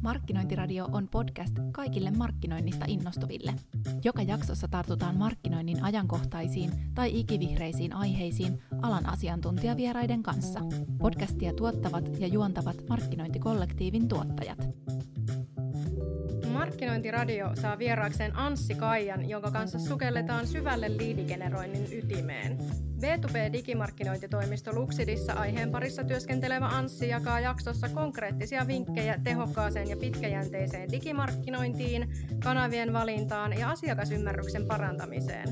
Markkinointiradio on podcast kaikille markkinoinnista innostuville. Joka jaksossa tartutaan markkinoinnin ajankohtaisiin tai ikivihreisiin aiheisiin alan asiantuntijavieraiden kanssa. Podcastia tuottavat ja juontavat markkinointikollektiivin tuottajat. Markkinointiradio saa vieraakseen Anssi Kaijan, jonka kanssa sukelletaan syvälle liidigeneroinnin ytimeen. B2B-digimarkkinointitoimisto Luxidissa aiheen parissa työskentelevä Anssi jakaa jaksossa konkreettisia vinkkejä tehokkaaseen ja pitkäjänteiseen digimarkkinointiin, kanavien valintaan ja asiakasymmärryksen parantamiseen.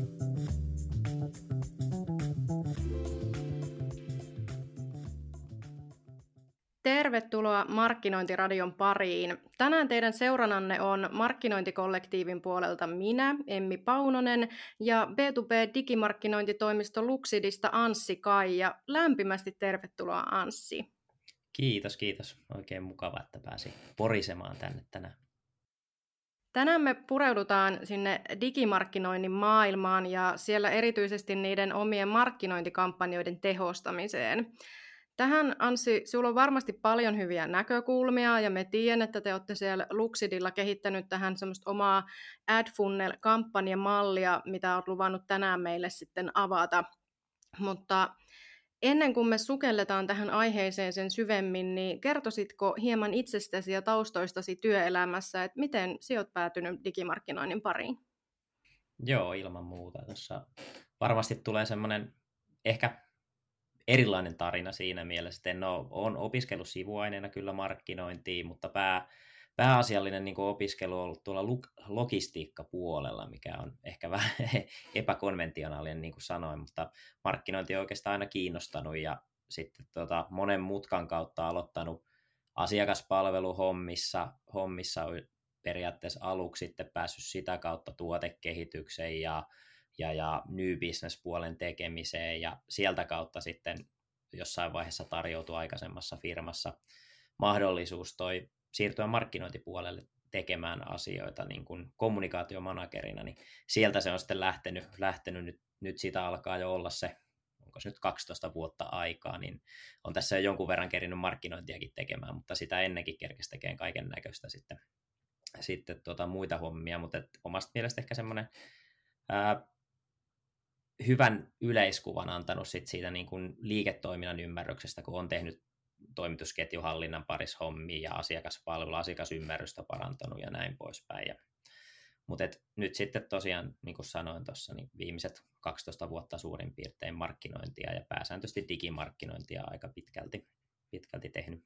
Tervetuloa Markkinointiradion pariin. Tänään teidän seurannanne on markkinointikollektiivin puolelta minä, Emmi Paunonen, ja B2B-digimarkkinointitoimisto Luxidista Anssi Kaija. Lämpimästi tervetuloa, Anssi. Kiitos. Oikein mukava, että pääsin porisemaan tänne tänään. Tänään me pureudutaan sinne digimarkkinoinnin maailmaan ja siellä erityisesti niiden omien markkinointikampanjoiden tehostamiseen. Tähän, Anssi, sinulla on varmasti paljon hyviä näkökulmia, ja me tiedän, että te olette siellä Luxidilla kehittänyt tähän semmoista omaa AdFunnel-kampanjamallia, mitä olet luvannut tänään meille sitten avata. Mutta ennen kuin me sukelletaan tähän aiheeseen sen syvemmin, niin kertoisitko hieman itsestäsi ja taustoistasi työelämässä, että miten sinä olet päätynyt digimarkkinoinnin pariin? Joo, ilman muuta. Tuossa varmasti tulee semmoinen ehkä erilainen tarina siinä mielessä, että olen opiskellut sivuaineena kyllä markkinointiin, mutta pääasiallinen niin kuin opiskelu on ollut tuolla logistiikkapuolella, mikä on ehkä vähän epäkonventionaalinen, niin kuin sanoin, mutta markkinointi on oikeastaan aina kiinnostanut ja sitten monen mutkan kautta aloittanut asiakaspalveluhommissa periaatteessa aluksi sitten päässyt sitä kautta tuotekehitykseen ja new business-puolen tekemiseen, ja sieltä kautta sitten jossain vaiheessa tarjoutui aikaisemmassa firmassa mahdollisuus siirtyä markkinointipuolelle tekemään asioita niin kuin kommunikaatiomanagerina, niin sieltä se on sitten lähtenyt nyt siitä alkaa jo olla se, onko se nyt 12 vuotta aikaa, niin on tässä jo jonkun verran kerinyt markkinointiakin tekemään, mutta sitä ennenkin kerkesi tekemään kaiken näköistä sitten muita hommia, mutta omasta mielestä ehkä semmoinen hyvän yleiskuvan antanut siitä niin kuin liiketoiminnan ymmärryksestä, kun on tehnyt toimitusketjuhallinnan parissa hommia ja asiakasymmärrystä parantanut ja näin poispäin. Mutta nyt sitten tosiaan, niin kuin sanoin tuossa, niin viimeiset 12 vuotta suurin piirtein markkinointia ja pääsääntöisesti digimarkkinointia aika pitkälti tehnyt.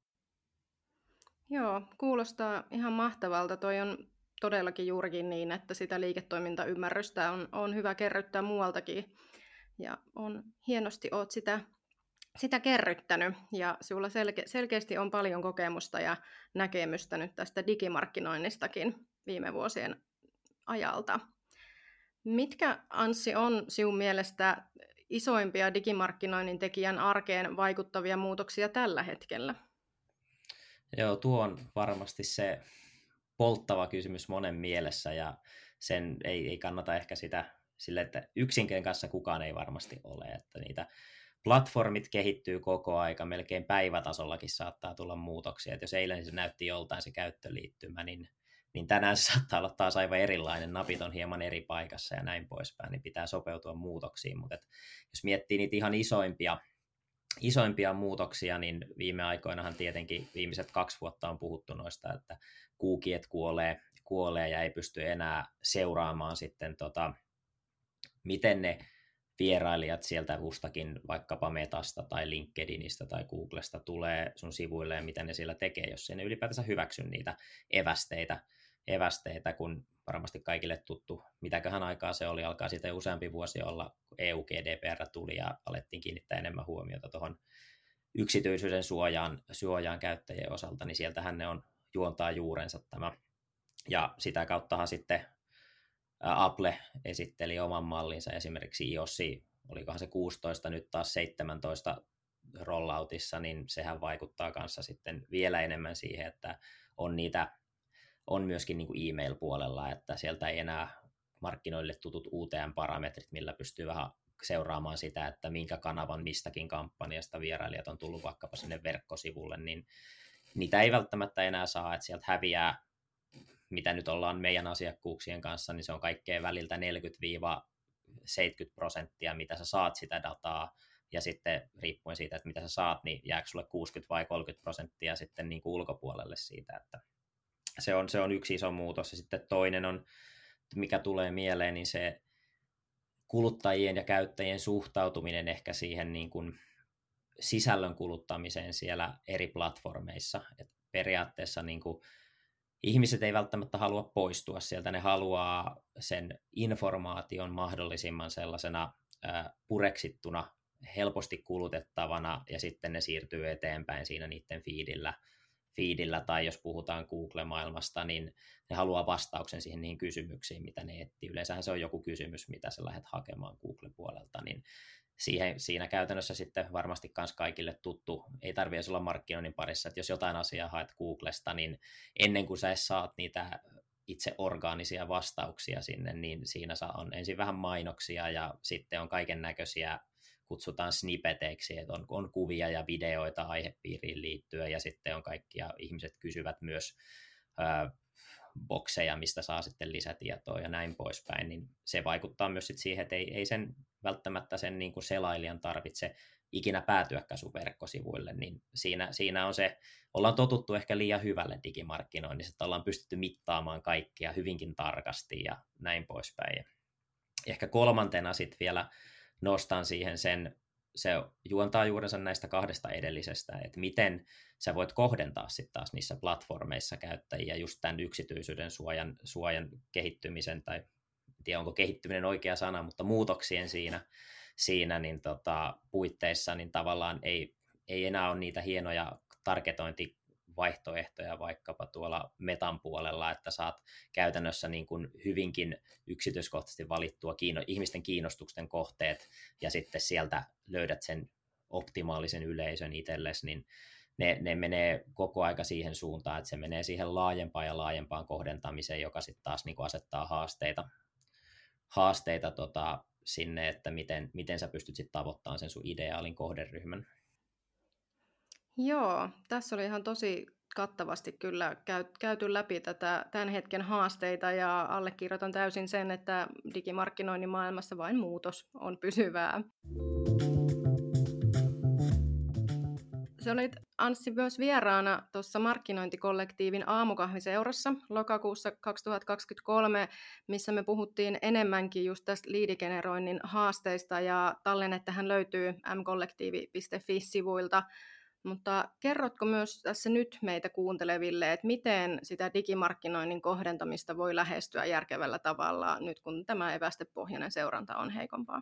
Joo, kuulostaa ihan mahtavalta. Toi on todellakin juurikin niin, että sitä liiketoimintaymmärrystä on hyvä kerryttää muualtakin. Ja hienosti olet sitä kerryttänyt. Ja sinulla selkeästi on paljon kokemusta ja näkemystä nyt tästä digimarkkinoinnistakin viime vuosien ajalta. Mitkä, Anssi, on sinun mielestä isoimpia digimarkkinoinnin tekijän arkeen vaikuttavia muutoksia tällä hetkellä? Joo, tuo on varmasti se polttava kysymys monen mielessä, ja sen ei kannata ehkä sitä sille, että yksinkään kanssa kukaan ei varmasti ole, että niitä platformit kehittyy koko aika, melkein päivätasollakin saattaa tulla muutoksia, että jos eilen se näytti joltain se käyttöliittymä, niin tänään se saattaa olla taas aivan erilainen, napit on hieman eri paikassa ja näin poispäin, niin pitää sopeutua muutoksiin, mutta jos miettii niitä ihan isoimpia muutoksia, niin viime aikoinahan tietenkin viimeiset 2 vuotta on puhuttu noista, että kuukiet kuolee ja ei pysty enää seuraamaan sitten, miten ne vierailijat sieltä hustakin vaikkapa Metasta tai LinkedInistä tai Googlesta tulee sun sivuille ja mitä ne siellä tekee, jos ei ne ylipäätänsä hyväksy niitä evästeitä, kun varmasti kaikille tuttu, mitäköhän aikaa se oli, alkaa siitä jo useampi vuosi olla, kun EU-GDPR tuli ja alettiin kiinnittää enemmän huomiota tuohon yksityisyyden suojaan käyttäjien osalta, niin sieltähän ne juontaa juurensa tämä. Ja sitä kauttahan sitten Apple esitteli oman mallinsa, esimerkiksi iOS, olikohan se 16, nyt taas 17 rolloutissa, niin sehän vaikuttaa kanssa sitten vielä enemmän siihen, että on myöskin niin kuin email-puolella, että sieltä ei enää markkinoille tutut UTM-parametrit, millä pystyy vähän seuraamaan sitä, että minkä kanavan mistäkin kampanjasta vierailijat on tullut vaikkapa sinne verkkosivulle, niin niitä ei välttämättä enää saa, että sieltä häviää, mitä nyt ollaan meidän asiakkuuksien kanssa, niin se on kaikkea väliltä 40-70%, mitä sä saat sitä dataa, ja sitten riippuen siitä, että mitä sä saat, niin jääkö sulle 60 vai 30% sitten niin kuin ulkopuolelle siitä, että se on yksi iso muutos, ja sitten toinen on, mikä tulee mieleen, niin se kuluttajien ja käyttäjien suhtautuminen ehkä siihen niin kuin sisällön kuluttamiseen siellä eri platformeissa. Et periaatteessa niin kuin ihmiset ei välttämättä halua poistua sieltä, ne haluaa sen informaation mahdollisimman sellaisena pureksittuna, helposti kulutettavana, ja sitten ne siirtyy eteenpäin siinä niiden feedillä, tai jos puhutaan Google-maailmasta, niin ne haluaa vastauksen siihen niihin kysymyksiin, mitä ne etsii. Yleensähän se on joku kysymys, mitä sä lähdet hakemaan Google-puolelta, niin siinä käytännössä sitten varmasti myös kaikille tuttu, ei tarvitse olla markkinoinnin parissa, että jos jotain asiaa haet Googlesta, niin ennen kuin sä edes saat niitä itse orgaanisia vastauksia sinne, niin siinä on ensin vähän mainoksia ja sitten on kaiken näköisiä, kutsutaan snippeteiksi, että on kuvia ja videoita aihepiiriin liittyen, ja sitten on kaikkia, ihmiset kysyvät myös bokseja, mistä saa sitten lisätietoa ja näin poispäin, niin se vaikuttaa myös sit siihen, että ei sen välttämättä sen niin kuin selailijan tarvitse ikinä päätyäkään sun verkkosivuille, niin siinä on se, ollaan totuttu ehkä liian hyvälle digimarkkinoinnissa, että ollaan pystytty mittaamaan kaikkia hyvinkin tarkasti ja näin poispäin. Ja ehkä kolmantena sitten vielä nostan siihen se juontaa juurensa näistä kahdesta edellisestä, että miten sä voit kohdentaa sitten taas niissä platformeissa käyttäjiä just tämän yksityisyyden suojan kehittymisen, tai en tiedä onko kehittyminen oikea sana, mutta muutoksien siinä niin puitteissa, niin tavallaan ei enää ole niitä hienoja targetointivaihtoehtoja vaikkapa tuolla Metan puolella, että saat käytännössä niin kuin hyvinkin yksityiskohtaisesti valittua ihmisten kiinnostuksen kohteet, ja sitten sieltä löydät sen optimaalisen yleisön itsellesi, niin ne menee koko aika siihen suuntaan, että se menee siihen laajempaan ja laajempaan kohdentamiseen, joka sitten taas niin kuin asettaa haasteita sinne, että miten sä pystyt sitten tavoittamaan sen sun ideaalin kohderyhmän. Joo, tässä oli ihan tosi kattavasti kyllä käyty läpi tämän hetken haasteita, ja allekirjoitan täysin sen, että digimarkkinoinnin maailmassa vain muutos on pysyvää. Se olit, Anssi, myös vieraana tuossa markkinointikollektiivin aamukahviseurassa lokakuussa 2023, missä me puhuttiin enemmänkin just tästä liidigeneroinnin haasteista, ja tallennettahan löytyy mkollektiivi.fi-sivuilta. Mutta kerrotko myös tässä nyt meitä kuunteleville, että miten sitä digimarkkinoinnin kohdentamista voi lähestyä järkevällä tavalla nyt, kun tämä evästepohjainen seuranta on heikompaa?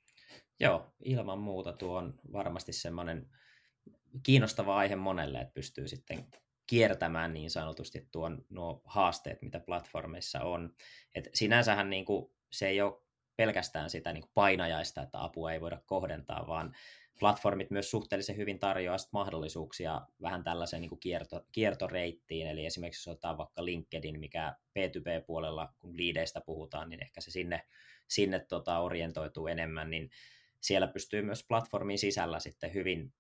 Joo, ilman muuta tuo on varmasti semmoinen kiinnostava aihe monelle, että pystyy sitten kiertämään niin sanotusti nuo haasteet, mitä platformeissa on. Et sinänsähän niin kuin, se ei ole pelkästään sitä niin kuin painajaista, että apua ei voida kohdentaa, vaan platformit myös suhteellisen hyvin tarjoavat mahdollisuuksia vähän tällaiseen niin kuin kiertoreittiin, eli esimerkiksi jos otetaan vaikka LinkedIn, mikä B2B-puolella, kun liideistä puhutaan, niin ehkä se sinne orientoituu enemmän, niin siellä pystyy myös platformin sisällä sitten hyvin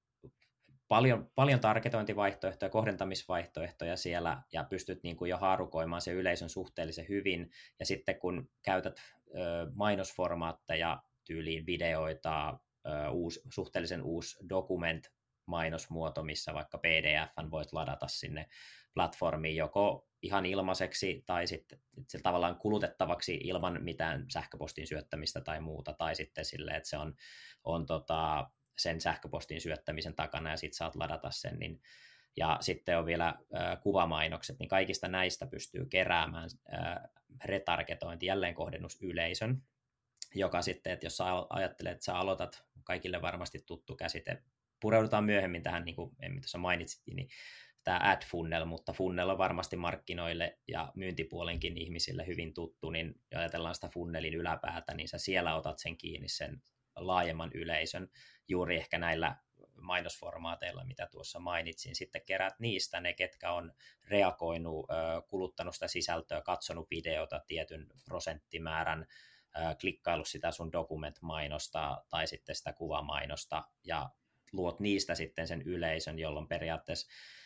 paljon targetointivaihtoehtoja, kohdentamisvaihtoehtoja siellä, ja pystyt niin kuin jo haarukoimaan sen yleisön suhteellisen hyvin, ja sitten kun käytät mainosformaatteja, tyyliin videoita, suhteellisen uusi document-mainosmuoto, missä vaikka PDF:n voit ladata sinne platformiin joko ihan ilmaiseksi tai sitten se tavallaan kulutettavaksi ilman mitään sähköpostin syöttämistä tai muuta, tai sitten silleen, että se on sen sähköpostin syöttämisen takana ja sitten saat ladata sen, niin, ja sitten on vielä kuvamainokset, niin kaikista näistä pystyy keräämään retargetointi, jälleenkohdennusyleisön, joka sitten, että jos sä ajattelet, että sä aloitat, kaikille varmasti tuttu käsite, pureudutaan myöhemmin tähän, niin kuin Emmi tuossa mainitsit, niin tämä ad funnel, mutta funnel on varmasti markkinoille ja myyntipuolenkin ihmisille hyvin tuttu, niin ajatellaan sitä funnelin yläpäätä, niin sä siellä otat sen kiinni sen laajemman yleisön, juuri ehkä näillä mainosformaateilla, mitä tuossa mainitsin. Sitten keräät niistä ne, ketkä on reagoinut, kuluttanut sitä sisältöä, katsonut videota tietyn prosenttimäärän, klikkaillut sitä sun document-mainosta tai sitten sitä kuvamainosta, ja luot niistä sitten sen yleisön, jolloin periaatteessa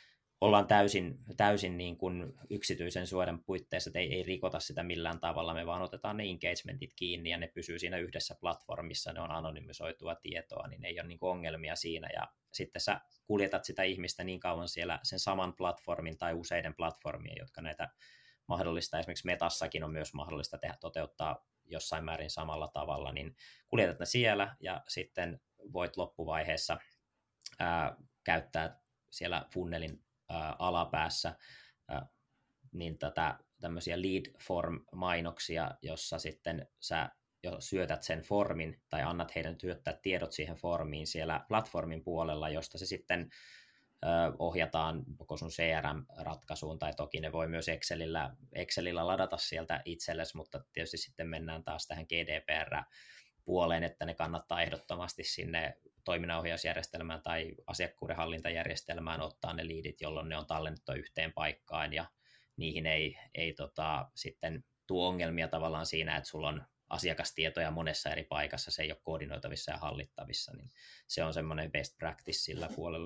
ollaan täysin niin kuin yksityisen suojan puitteissa, että ei rikota sitä millään tavalla, me vaan otetaan ne engagementit kiinni ja ne pysyy siinä yhdessä platformissa, ne on anonymisoitua tietoa, niin ei ole niin kuin ongelmia siinä, ja sitten sä kuljetat sitä ihmistä niin kauan siellä sen saman platformin tai useiden platformien, jotka näitä mahdollistaa, esimerkiksi Metassakin on myös mahdollista toteuttaa jossain määrin samalla tavalla, niin kuljetat ne siellä ja sitten voit loppuvaiheessa käyttää siellä funnelin alapäässä niin tämmöisiä lead form-mainoksia, jossa sitten sä syötät sen formin tai annat heidän syöttää tiedot siihen formiin siellä platformin puolella, josta se sitten ohjataan koko sun CRM-ratkaisuun, tai toki ne voi myös Excelillä ladata sieltä itsellesi, mutta tietysti sitten mennään taas tähän GDPR-puoleen, että ne kannattaa ehdottomasti sinne toiminnanohjausjärjestelmään tai asiakkuuden hallintajärjestelmään ottaa ne liidit, jolloin ne on tallennettu yhteen paikkaan, ja niihin ei sitten tuo ongelmia tavallaan siinä, että sulla on asiakastietoja monessa eri paikassa, se ei ole koordinoitavissa ja hallittavissa, niin se on semmoinen best practice sillä puolella.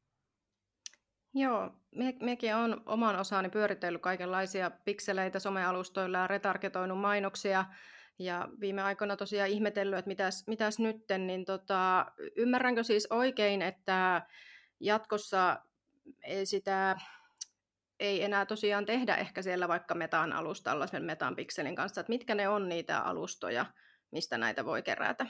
Joo, mekin on oman osani pyöritellyt kaikenlaisia pikseleitä somealustoilla ja retargetoinut mainoksia, ja viime aikoina tosiaan ihmetellyt, että mitäs nytten, niin ymmärränkö siis oikein, että jatkossa sitä ei enää tosiaan tehdä ehkä siellä vaikka Metan alustalla sen Metan pikselin kanssa, että mitkä ne on niitä alustoja, mistä näitä voi kerätä?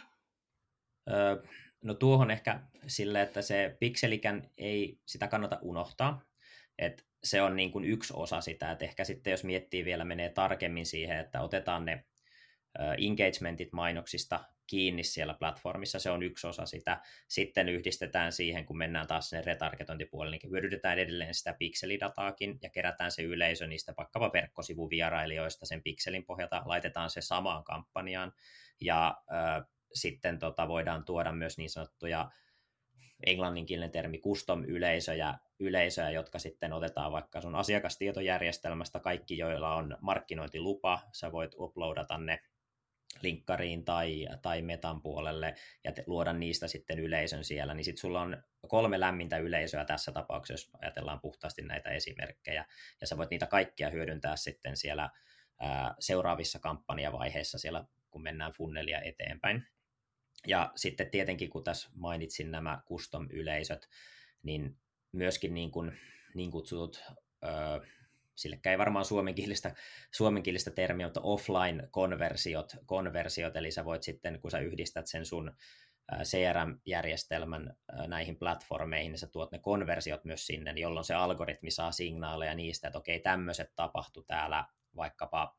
No tuohon ehkä sille, että se pikselikän ei sitä kannata unohtaa, että se on niin kuin yksi osa sitä, että ehkä sitten jos miettii vielä menee tarkemmin siihen, että otetaan ne engagementit mainoksista kiinni siellä platformissa, se on yksi osa sitä. Sitten yhdistetään siihen, kun mennään taas sinne retargetointipuolelle, niin hyödynnetään edelleen sitä pikselidataakin ja kerätään se yleisö niistä vaikkapa verkkosivuvierailijoista sen pikselin pohjalta, laitetaan se samaan kampanjaan ja sitten voidaan tuoda myös niin sanottuja englanninkielinen termi custom-yleisöjä, jotka sitten otetaan vaikka sun asiakastietojärjestelmästä, kaikki joilla on markkinointilupa, sä voit uploadata ne linkkariin tai Metan puolelle ja luoda niistä sitten yleisön siellä, niin sitten sulla on 3 lämmintä yleisöä tässä tapauksessa, jos ajatellaan puhtaasti näitä esimerkkejä, ja sä voit niitä kaikkia hyödyntää sitten siellä seuraavissa kampanjavaiheissa siellä, kun mennään funnelia eteenpäin. Ja sitten tietenkin, kun tässä mainitsin nämä custom-yleisöt, niin myöskin niin kutsutut, sillekään ei varmaan suomenkielistä termiä, mutta offline-konversiot, eli sä voit sitten, kun sä yhdistät sen sun CRM-järjestelmän näihin platformeihin, niin sä tuot ne konversiot myös sinne, jolloin se algoritmi saa signaaleja niistä, että okei, tämmöiset tapahtui täällä vaikkapa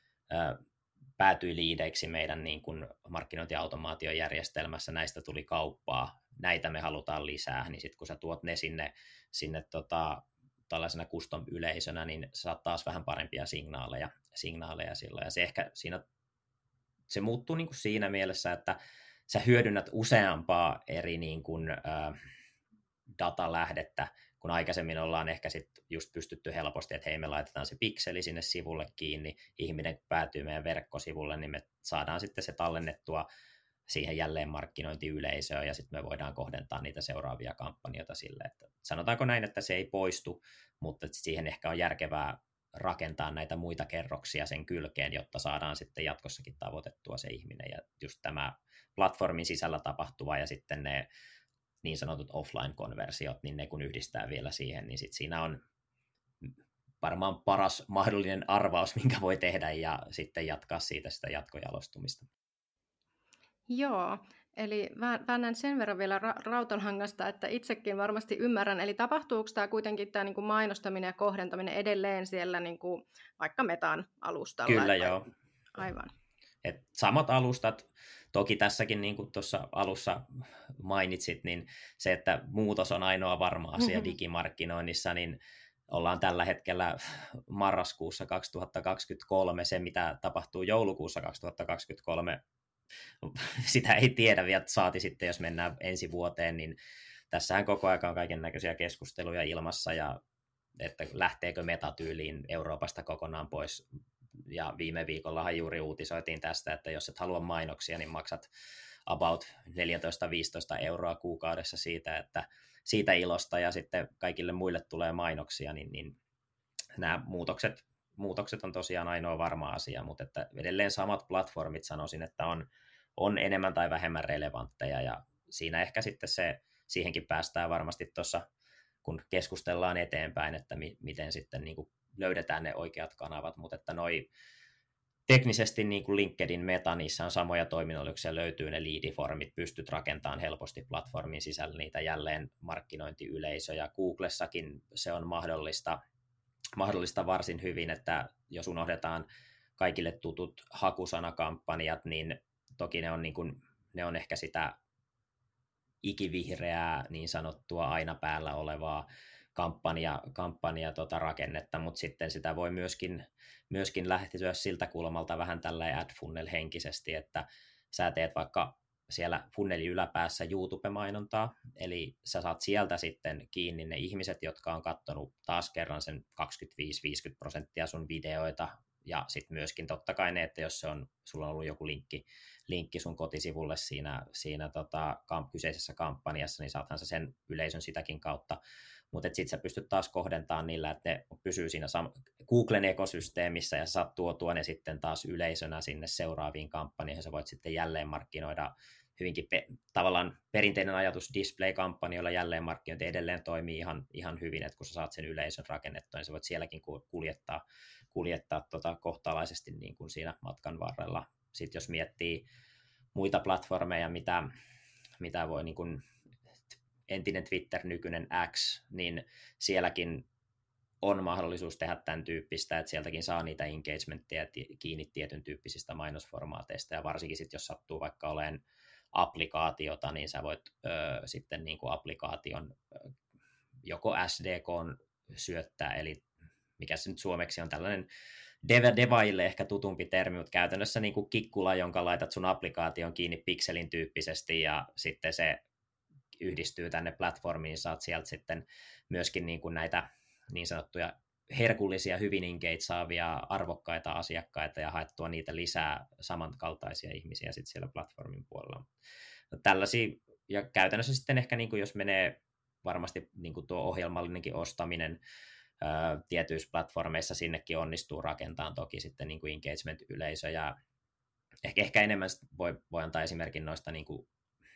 päätyi liideiksi meidän niin kuin markkinointiautomaatiojärjestelmässä, näistä tuli kauppaa, näitä me halutaan lisää, niin sitten kun sä tuot ne sinne tällaisena custom-yleisönä, niin saat taas vähän parempia signaaleja silloin, ja se ehkä se muuttuu niin kuin siinä mielessä, että sä hyödynnät useampaa eri niin kuin datalähdettä, kun aikaisemmin ollaan ehkä sitten just pystytty helposti, että hei, me laitetaan se pikseli sinne sivulle kiinni, ihminen päätyy meidän verkkosivulle, niin me saadaan sitten se tallennettua siihen jälleen markkinointiyleisöön, ja sitten me voidaan kohdentaa niitä seuraavia kampanjoita sille, että sanotaanko näin, että se ei poistu, mutta siihen ehkä on järkevää rakentaa näitä muita kerroksia sen kylkeen, jotta saadaan sitten jatkossakin tavoitettua se ihminen, ja just tämä platformin sisällä tapahtuva ja sitten ne niin sanotut offline-konversiot, niin ne kun yhdistää vielä siihen, niin sitten siinä on varmaan paras mahdollinen arvaus, minkä voi tehdä, ja sitten jatkaa siitä sitä jatkojalostumista. Joo, eli väännän sen verran vielä rautalangasta, että itsekin varmasti ymmärrän, eli tapahtuuko tämä kuitenkin tämä niin kuin mainostaminen ja kohdentaminen edelleen siellä niin kuin vaikka Metan alustalla? Kyllä, joo. Aivan. Et samat alustat, toki tässäkin niin kuin tuossa alussa mainitsit, niin se, että muutos on ainoa varma asia digimarkkinoinnissa, niin ollaan tällä hetkellä marraskuussa 2023, se mitä tapahtuu joulukuussa 2023, sitä ei tiedä vielä, saati sitten jos mennään ensi vuoteen, niin tässähän koko ajan on kaiken näköisiä keskusteluja ilmassa, ja että lähteekö Meta-tyyliin Euroopasta kokonaan pois. Ja viime viikollahan juuri uutisoitiin tästä, että jos et halua mainoksia, niin maksat about 14-15 euroa kuukaudessa siitä, että siitä ilosta ja sitten kaikille muille tulee mainoksia, niin nämä muutokset on tosiaan ainoa varma asia, mutta että edelleen samat platformit sanoisin, että on enemmän tai vähemmän relevantteja ja siinä ehkä sitten siihenkin päästään varmasti tuossa, kun keskustellaan eteenpäin, että miten sitten niin kuin löydetään ne oikeat kanavat, mutta että teknisesti niin kuin LinkedIn Meta, niissä on samoja toiminnallisuuksia, löytyy ne liidiformit, pystyt rakentamaan helposti platformin sisällä niitä jälleen markkinointiyleisöjä. Googlessakin se on mahdollista varsin hyvin, että jos unohdetaan kaikille tutut hakusanakampanjat, niin toki ne on ehkä sitä ikivihreää niin sanottua aina päällä olevaa rakennetta, mutta sitten sitä voi myöskin lähteä siltä kulmalta vähän tällä ad funnel henkisesti, että sä teet vaikka siellä funnelin yläpäässä YouTube-mainontaa, eli sä saat sieltä sitten kiinni ne ihmiset, jotka on katsonut taas kerran sen 25-50% sun videoita, ja sitten myöskin totta kai ne, että jos sulla on ollut joku linkki sun kotisivulle siinä kyseisessä kampanjassa, niin saathan sä sen yleisön sitäkin kautta, mutta sitten sä pystyt taas kohdentamaan niillä, että ne pysyy siinä Googlen ekosysteemissä ja saat tuotua ne sitten taas yleisönä sinne seuraaviin kampanjoihin. Sä voit sitten jälleen markkinoida hyvinkin tavallaan perinteinen ajatus display-kampanjoilla jälleenmarkkinointi edelleen toimii ihan hyvin, että kun sä saat sen yleisön rakennettua, niin sä voit sielläkin kuljettaa kohtalaisesti niin kuin siinä matkan varrella. Sitten jos miettii muita platformeja, mitä voi niin kuin entinen Twitter, nykyinen X, niin sielläkin on mahdollisuus tehdä tämän tyyppistä, että sieltäkin saa niitä engagementteja kiinni tietyn tyyppisistä mainosformaateista, ja varsinkin sitten, jos sattuu vaikka olemaan applikaatiota, niin sä voit sitten niin kuin applikaation joko SDK:n syöttää, eli mikä se nyt suomeksi on tällainen devaille ehkä tutumpi termi, mutta käytännössä niin kuin kikkula, jonka laitat sun applikaation kiinni pikselin tyyppisesti, ja sitten se yhdistyy tänne platformiin, saat sieltä sitten myöskin niin kuin näitä niin sanottuja herkullisia, hyvin engageaavia, arvokkaita asiakkaita ja haettua niitä lisää samankaltaisia ihmisiä sitten siellä platformin puolella. Tällaisia, ja käytännössä sitten ehkä niin kuin jos menee varmasti niin kuin tuo ohjelmallinenkin ostaminen tietyissä platformeissa, sinnekin onnistuu rakentamaan toki sitten niin kuin engagement-yleisö, ja ehkä enemmän voi antaa esimerkin noista niin kuin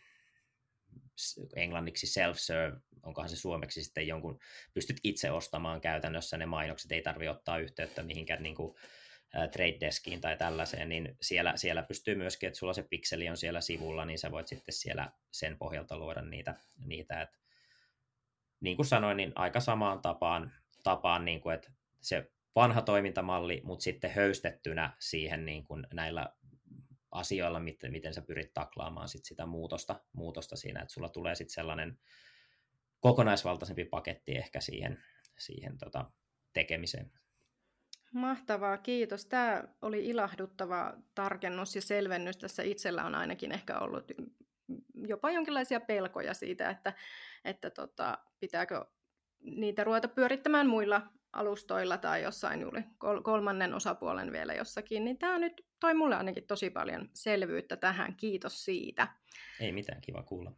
englanniksi self-serve, onkohan se suomeksi sitten jonkun, pystyt itse ostamaan käytännössä ne mainokset, ei tarvitse ottaa yhteyttä mihinkään niin kuin trade deskiin tai tällaiseen, niin siellä pystyy myöskin, että sulla se pikseli on siellä sivulla, niin sä voit sitten siellä sen pohjalta luoda niitä että niin kuin sanoin, niin aika samaan tapaan niin kuin, että se vanha toimintamalli, mutta sitten höystettynä siihen niin kuin näillä asioilla, miten sä pyrit taklaamaan sit sitä muutosta siinä, että sulla tulee sitten sellainen kokonaisvaltaisempi paketti ehkä siihen tekemiseen. Mahtavaa, kiitos. Tämä oli ilahduttava tarkennus ja selvennys. Tässä itsellä on ainakin ehkä ollut jopa jonkinlaisia pelkoja siitä, että pitääkö niitä ruveta pyörittämään muilla alustoilla tai jossain juuri kolmannen osapuolen vielä jossakin, niin tämä nyt toi mulle ainakin tosi paljon selvyyttä tähän. Kiitos siitä. Ei mitään, kiva kuulla.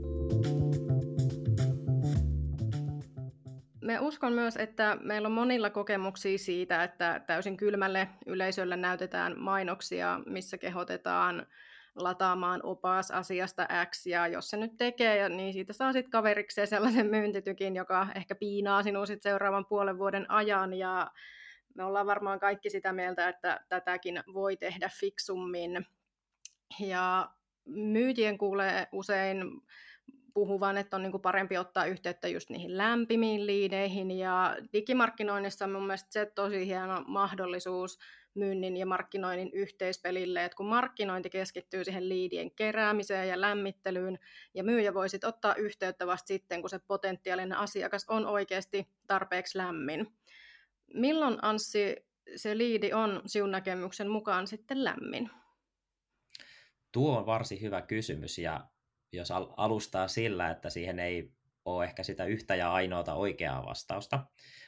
Me uskon myös, että meillä on monilla kokemuksia siitä, että täysin kylmälle yleisölle näytetään mainoksia, missä kehotetaan lataamaan opas asiasta X, ja jos se nyt tekee, niin siitä saa sitten kaverikseen sellaisen myyntitykin, joka ehkä piinaa sinua sitten seuraavan puolen vuoden ajan, ja me ollaan varmaan kaikki sitä mieltä, että tätäkin voi tehdä fiksummin. Ja myyjien kuulee usein puhuvan, että on niin kuin parempi ottaa yhteyttä just niihin lämpimiin liideihin, ja digimarkkinoinnissa on mun mielestä se tosi hieno mahdollisuus myynnin ja markkinoinnin yhteispelille, että kun markkinointi keskittyy siihen liidien keräämiseen ja lämmittelyyn, ja myyjä voi sitten ottaa yhteyttä vasta sitten, kun se potentiaalinen asiakas on oikeasti tarpeeksi lämmin. Milloin, Anssi, se liidi on sinun näkemyksen mukaan sitten lämmin? Tuo on varsin hyvä kysymys, ja jos alustaa sillä, että siihen ei ole ehkä sitä yhtä ja ainoata oikeaa vastausta,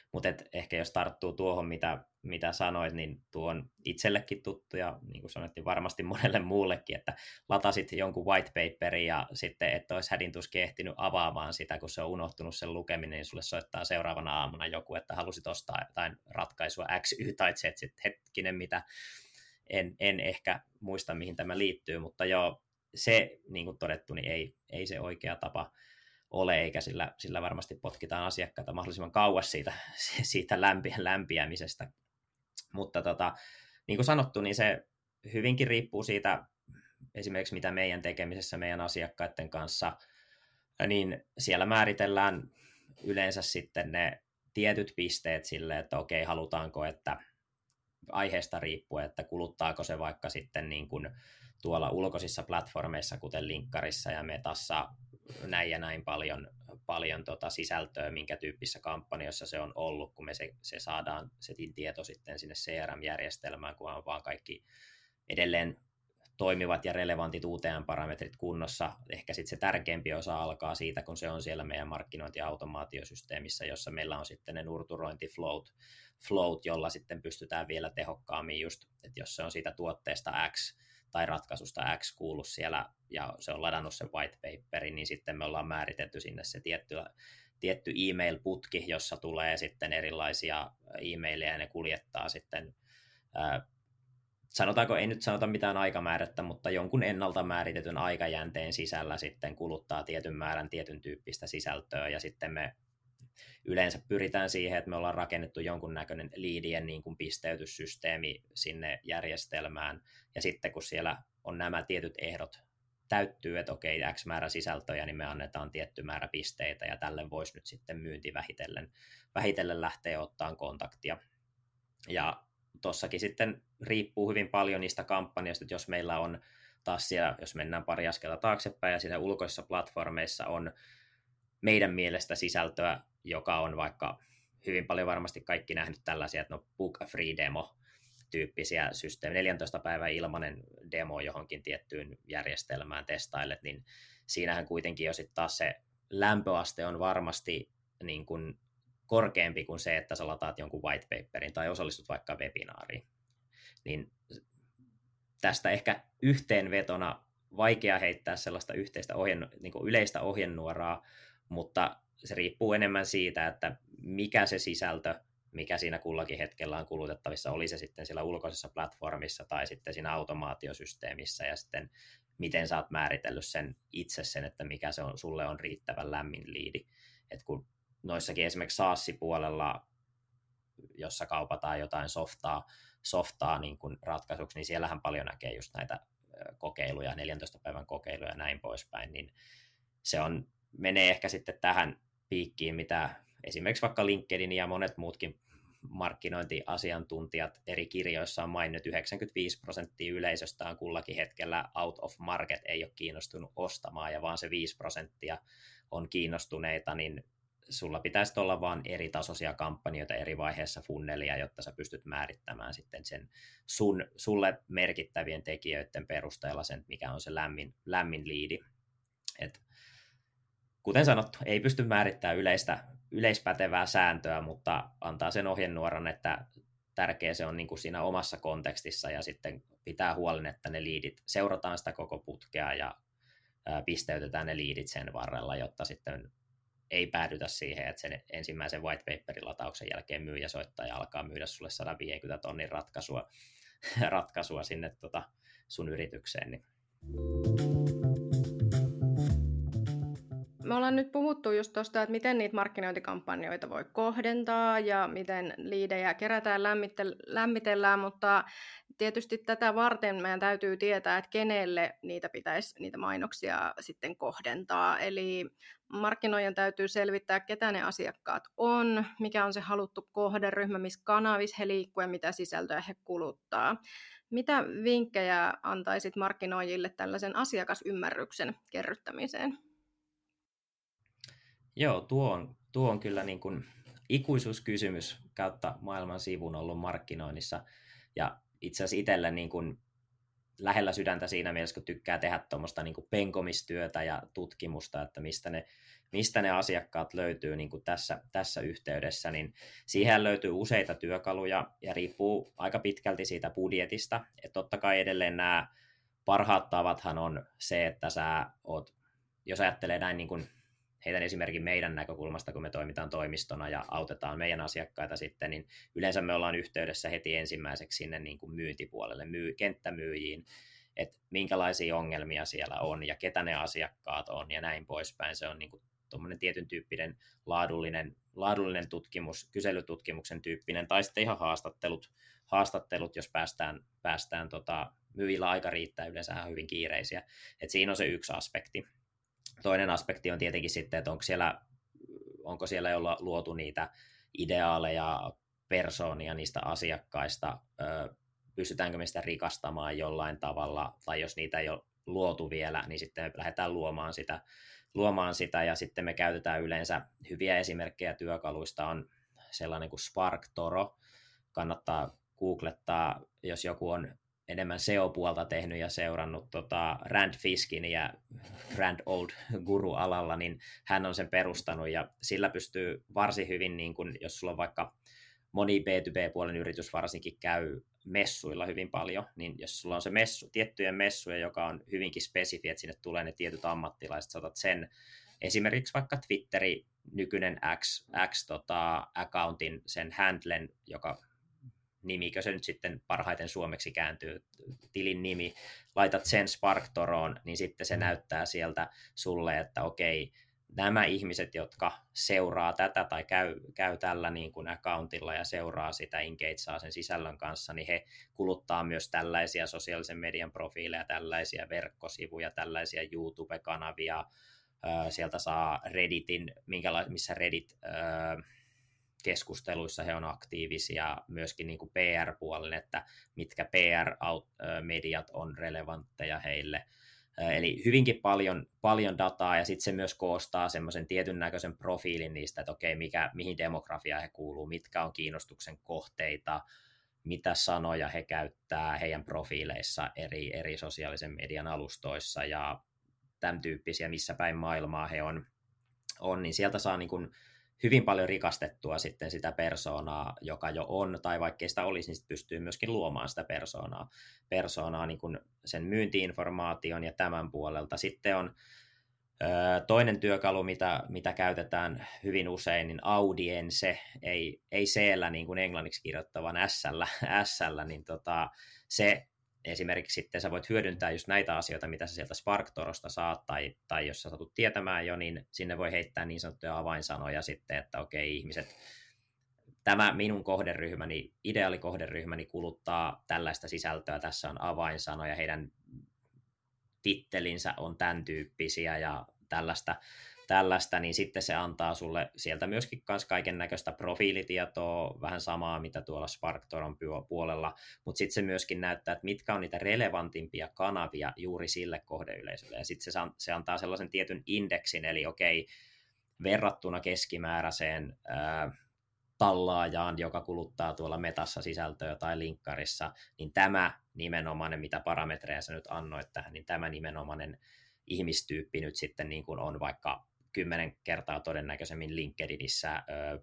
Mutta ehkä jos tarttuu tuohon, mitä sanoit, niin tuo on itsellekin tuttu ja niin kuin sanottiin varmasti monelle muullekin, että latasit jonkun white paperin ja sitten et olisi hädintuskin ehtinyt avaamaan sitä, kun se on unohtunut sen lukeminen, niin sulle soittaa seuraavana aamuna joku, että halusit ostaa jotain ratkaisua X, Y tai Z, sitten hetkinen, mitä en ehkä muista, mihin tämä liittyy, mutta joo, se niin kuin todettu, niin ei se oikea tapa ole, eikä sillä varmasti potkitaan asiakkaita mahdollisimman kauas siitä lämpiämisestä. Mutta niin kuin sanottu, niin se hyvinkin riippuu siitä, esimerkiksi mitä meidän tekemisessä meidän asiakkaiden kanssa, niin siellä määritellään yleensä sitten ne tietyt pisteet sille, että okei, halutaanko, että aiheesta riippuen, että kuluttaako se vaikka sitten niin kuin tuolla ulkoisissa platformeissa, kuten Linkkarissa ja Metassa, näin ja näin paljon sisältöä, minkä tyyppisessä kampanjassa se on ollut, kun me se saadaan setin tieto sitten sinne CRM-järjestelmään, kun on vaan kaikki edelleen toimivat ja relevantit UTM-parametrit kunnossa. Ehkä sitten se tärkeämpi osa alkaa siitä, kun se on siellä meidän markkinointi- ja automaatiosysteemissä, jossa meillä on sitten ne nurturointiflowt, jolla sitten pystytään vielä tehokkaammin just, että jos se on siitä tuotteesta X tai ratkaisusta X kuullut siellä ja se on ladannut sen white paperin, niin sitten me ollaan määritelty sinne se tietty email-putki, jossa tulee sitten erilaisia e-maileja ja ne kuljettaa sitten sanotaanko, ei nyt sanota mitään aikamäärättä, mutta jonkun ennalta määritetyn aikajänteen sisällä sitten kuluttaa tietyn määrän tietyn tyyppistä sisältöä, ja sitten me yleensä pyritään siihen, että me ollaan rakennettu jonkunnäköinen liidien niin kuin pisteytyssysteemi sinne järjestelmään, ja sitten kun siellä on nämä tietyt ehdot täyttyy, että okei, X määrä sisältöjä, niin me annetaan tietty määrä pisteitä, ja tälle voisi nyt sitten myynti vähitellen lähteä ottaan kontaktia. Ja tossakin sitten riippuu hyvin paljon niistä kampanjoista, että jos meillä on taas siellä, jos mennään pari askelta taaksepäin ja siinä ulkoisissa platformeissa on meidän mielestä sisältöä, joka on vaikka hyvin paljon varmasti kaikki nähnyt tällaisia, että no book a free demo tyyppisiä systeemejä, 14 päivän ilmainen demo johonkin tiettyyn järjestelmään testaille, niin siinähän kuitenkin jo sitten taas se lämpöaste on varmasti niin kuin korkeampi kuin se, että sä lataat jonkun white paperin tai osallistut vaikka webinaariin. Niin tästä ehkä yhteenvetona vaikea heittää sellaista yhteistä niin kuin yleistä ohjenuoraa, mutta se riippuu enemmän siitä, että mikä se sisältö, mikä siinä kullakin hetkellä on kulutettavissa, oli se sitten siellä ulkoisessa platformissa tai sitten siinä automaatiosysteemissä, ja sitten miten sä oot määritellyt itse sen, että mikä se on, sulle on riittävän lämmin liidi. Et kun noissakin esimerkiksi SaaS-puolella, jossa kaupataan jotain softaa niin kuin ratkaisuksi, niin siellähän paljon näkee just näitä kokeiluja, 14 päivän kokeiluja ja näin poispäin, niin se menee ehkä sitten tähän piikkiin, mitä esimerkiksi vaikka LinkedIn ja monet muutkin markkinointiasiantuntijat eri kirjoissa on maininnut, 95% yleisöstä on kullakin hetkellä out of market, ei ole kiinnostunut ostamaan, ja vaan se 5% on kiinnostuneita, niin sulla pitäisi olla vaan eri tasoisia kampanjoita eri vaiheessa funnelia, jotta sä pystyt määrittämään sitten sen sulle merkittävien tekijöiden perusteella sen, mikä on se lämmin liidi. Et, kuten sanottu, ei pysty määrittämään yleispätevää sääntöä, mutta antaa sen ohjenuoran, että tärkeä se on niin kuin siinä omassa kontekstissa, ja sitten pitää huolen, että ne liidit, seurataan sitä koko putkea ja pisteytetään ne liidit sen varrella, jotta sitten ei päädytä siihen, että sen ensimmäisen white paperin latauksen jälkeen myyjä soittaa ja alkaa myydä sulle 150 tonnin ratkaisua sinne sun yritykseen. Niin. Me ollaan nyt puhuttu just tuosta, että miten niitä markkinointikampanjoita voi kohdentaa ja miten liidejä kerätään, lämmitellään, mutta tietysti tätä varten meidän täytyy tietää, että kenelle niitä mainoksia sitten kohdentaa. Eli markkinoijan täytyy selvittää, ketä ne asiakkaat on, mikä on se haluttu kohderyhmä, missä kanavissa he liikkuu ja mitä sisältöä he kuluttaa. Mitä vinkkejä antaisit markkinoijille tällaisen asiakasymmärryksen kerryttämiseen? Joo, tuo on kyllä niin kuin ikuisuuskysymys kautta maailman sivun ollut markkinoinnissa, ja itse asiassa itselle niin kuin lähellä sydäntä siinä mielessä, kun tykkää tehdä tuommoista niin kuin penkomistyötä ja tutkimusta, että mistä ne asiakkaat löytyy niin kuin tässä yhteydessä, niin siihen löytyy useita työkaluja ja riippuu aika pitkälti siitä budjetista. Et totta kai edelleen nämä parhaat tavathan on se, että sä oot, jos ajattelee näin niin kuin heitän esimerkin meidän näkökulmasta, kun me toimitaan toimistona ja autetaan meidän asiakkaita sitten, niin yleensä me ollaan yhteydessä heti ensimmäiseksi sinne niin kuin myyntipuolelle, kenttämyyjiin, että minkälaisia ongelmia siellä on ja ketä ne asiakkaat on ja näin poispäin. Se on niin kuin tuommoinen tietyn tyyppinen laadullinen tutkimus, kyselytutkimuksen tyyppinen, tai sitten ihan haastattelut jos päästään myyjillä aika riittää, yleensä hyvin kiireisiä. Et siinä on se yksi aspekti. Toinen aspekti on tietenkin sitten, että onko siellä jo luotu niitä ideaaleja, persoonia niistä asiakkaista, pystytäänkö me sitä rikastamaan jollain tavalla, tai jos niitä ei ole luotu vielä, niin sitten me lähdetään luomaan sitä ja sitten me käytetään yleensä hyviä esimerkkejä työkaluista, on sellainen kuin SparkToro, kannattaa googlettaa, jos joku on enemmän SEO-puolta tehnyt ja seurannut Rand Fiskin ja Grand Old Guru-alalla, niin hän on sen perustanut ja sillä pystyy varsin hyvin, niin kun, jos sulla on vaikka moni B2B-puolen yritys varsinkin käy messuilla hyvin paljon, niin jos sulla on se tiettyjen messuja, joka on hyvinkin spesifi, että sinne tulee ne tietyt ammattilaiset, sä otat sen esimerkiksi vaikka Twitteri nykyinen X-accountin, sen handlen, joka nimikö se nyt sitten parhaiten suomeksi kääntyy, tilin nimi, laitat sen SparkToroon, niin sitten se näyttää sieltä sulle, että okei, nämä ihmiset, jotka seuraa tätä tai käy tällä niin kuin accountilla ja seuraa sitä, engageaa sen sisällön kanssa, niin he kuluttaa myös tällaisia sosiaalisen median profiileja, tällaisia verkkosivuja, tällaisia YouTube-kanavia, sieltä saa Redditin, missä Reddit keskusteluissa he on aktiivisia, myöskin niin kuin PR-puolen, että mitkä PR-mediat on relevantteja heille. Eli hyvinkin paljon dataa, ja sitten se myös koostaa semmoisen tietyn näköisen profiilin niistä, että okei, mihin demografiaan he kuuluu, mitkä on kiinnostuksen kohteita, mitä sanoja he käyttää heidän profiileissa eri sosiaalisen median alustoissa, ja tämän tyyppisiä, missä päin maailmaa he on niin sieltä saa niin kuin hyvin paljon rikastettua sitten sitä persoonaa, joka jo on, tai vaikkei sitä olisi, niin pystyy myöskin luomaan sitä persoonaa niin kuin sen myynti-informaation ja tämän puolelta. Sitten on toinen työkalu, mitä käytetään hyvin usein, niin audience, ei C-llä niin kuin englanniksi kirjoittavan S-llä, niin se esimerkiksi sitten sä voit hyödyntää just näitä asioita, mitä sä sieltä SparkTorosta saat, tai jos sä satut tietämään jo, niin sinne voi heittää niin sanottuja avainsanoja sitten, että okei, ihmiset, tämä minun kohderyhmäni, ideaalikohderyhmäni kuluttaa tällaista sisältöä, tässä on avainsanoja, heidän tittelinsä on tämän tyyppisiä ja tällaista, niin sitten se antaa sulle sieltä myöskin kaiken näköistä profiilitietoa, vähän samaa, mitä tuolla SparkToron puolella, mutta sitten se myöskin näyttää, että mitkä on niitä relevantimpia kanavia juuri sille kohdeyleisölle, ja sitten se antaa sellaisen tietyn indeksin, eli okei, verrattuna keskimääräiseen tallaajaan, joka kuluttaa tuolla metassa sisältöä tai linkkarissa, niin tämä nimenomainen, mitä parametreja sä nyt annoit tähän, niin tämä nimenomainen ihmistyyppi nyt sitten niin kuin on vaikka 10 kertaa todennäköisemmin LinkedInissä,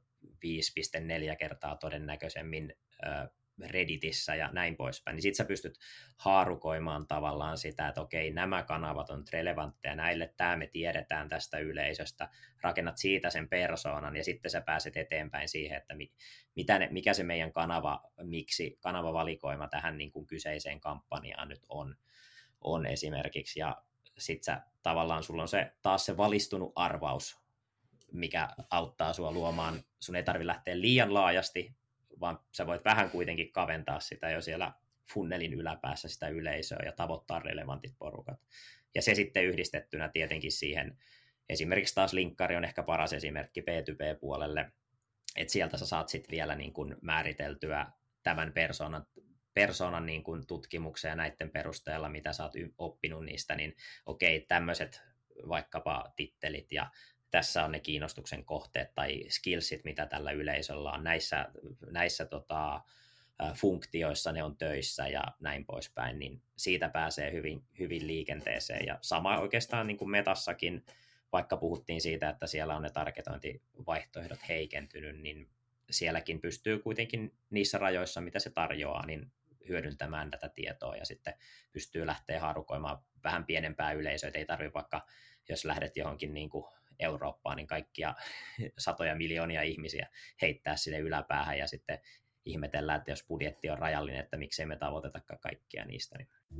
5,4 kertaa todennäköisemmin Redditissä ja näin poispäin, niin sitten sä pystyt haarukoimaan tavallaan sitä, että okei, nämä kanavat on relevantteja näille, tämä me tiedetään tästä yleisöstä, rakennat siitä sen persoonan ja sitten sä pääset eteenpäin siihen, että mikä se meidän kanavavalikoima tähän niin kuin kyseiseen kampanjaan nyt on esimerkiksi, ja sitten tavallaan sulla on taas se valistunut arvaus, mikä auttaa sua luomaan, sun ei tarvitse lähteä liian laajasti, vaan sä voit vähän kuitenkin kaventaa sitä jo siellä funnelin yläpäässä sitä yleisöä ja tavoittaa relevantit porukat. Ja se sitten yhdistettynä tietenkin siihen, esimerkiksi taas linkkari on ehkä paras esimerkki B2B-puolelle, että sieltä sä saat sitten vielä niin kuin määriteltyä tämän persoonan niin kuin tutkimuksen ja näiden perusteella, mitä sä oot oppinut niistä, niin okei, tämmöiset vaikkapa tittelit ja tässä on ne kiinnostuksen kohteet tai skillsit, mitä tällä yleisöllä on näissä funktioissa ne on töissä ja näin poispäin, niin siitä pääsee hyvin, hyvin liikenteeseen. Ja sama oikeastaan niin kuin Metassakin, vaikka puhuttiin siitä, että siellä on ne targetointivaihtoehdot heikentynyt, niin sielläkin pystyy kuitenkin niissä rajoissa, mitä se tarjoaa, niin hyödyntämään tätä tietoa ja sitten pystyy lähteä haarukoimaan vähän pienempää yleisöä. Ei tarvitse vaikka, jos lähdet johonkin niin kuin Eurooppaan, niin kaikkia satoja miljoonia ihmisiä heittää sinne yläpäähän ja sitten ihmetellään, että jos budjetti on rajallinen, että miksei me tavoitetakaan kaikkia niistä.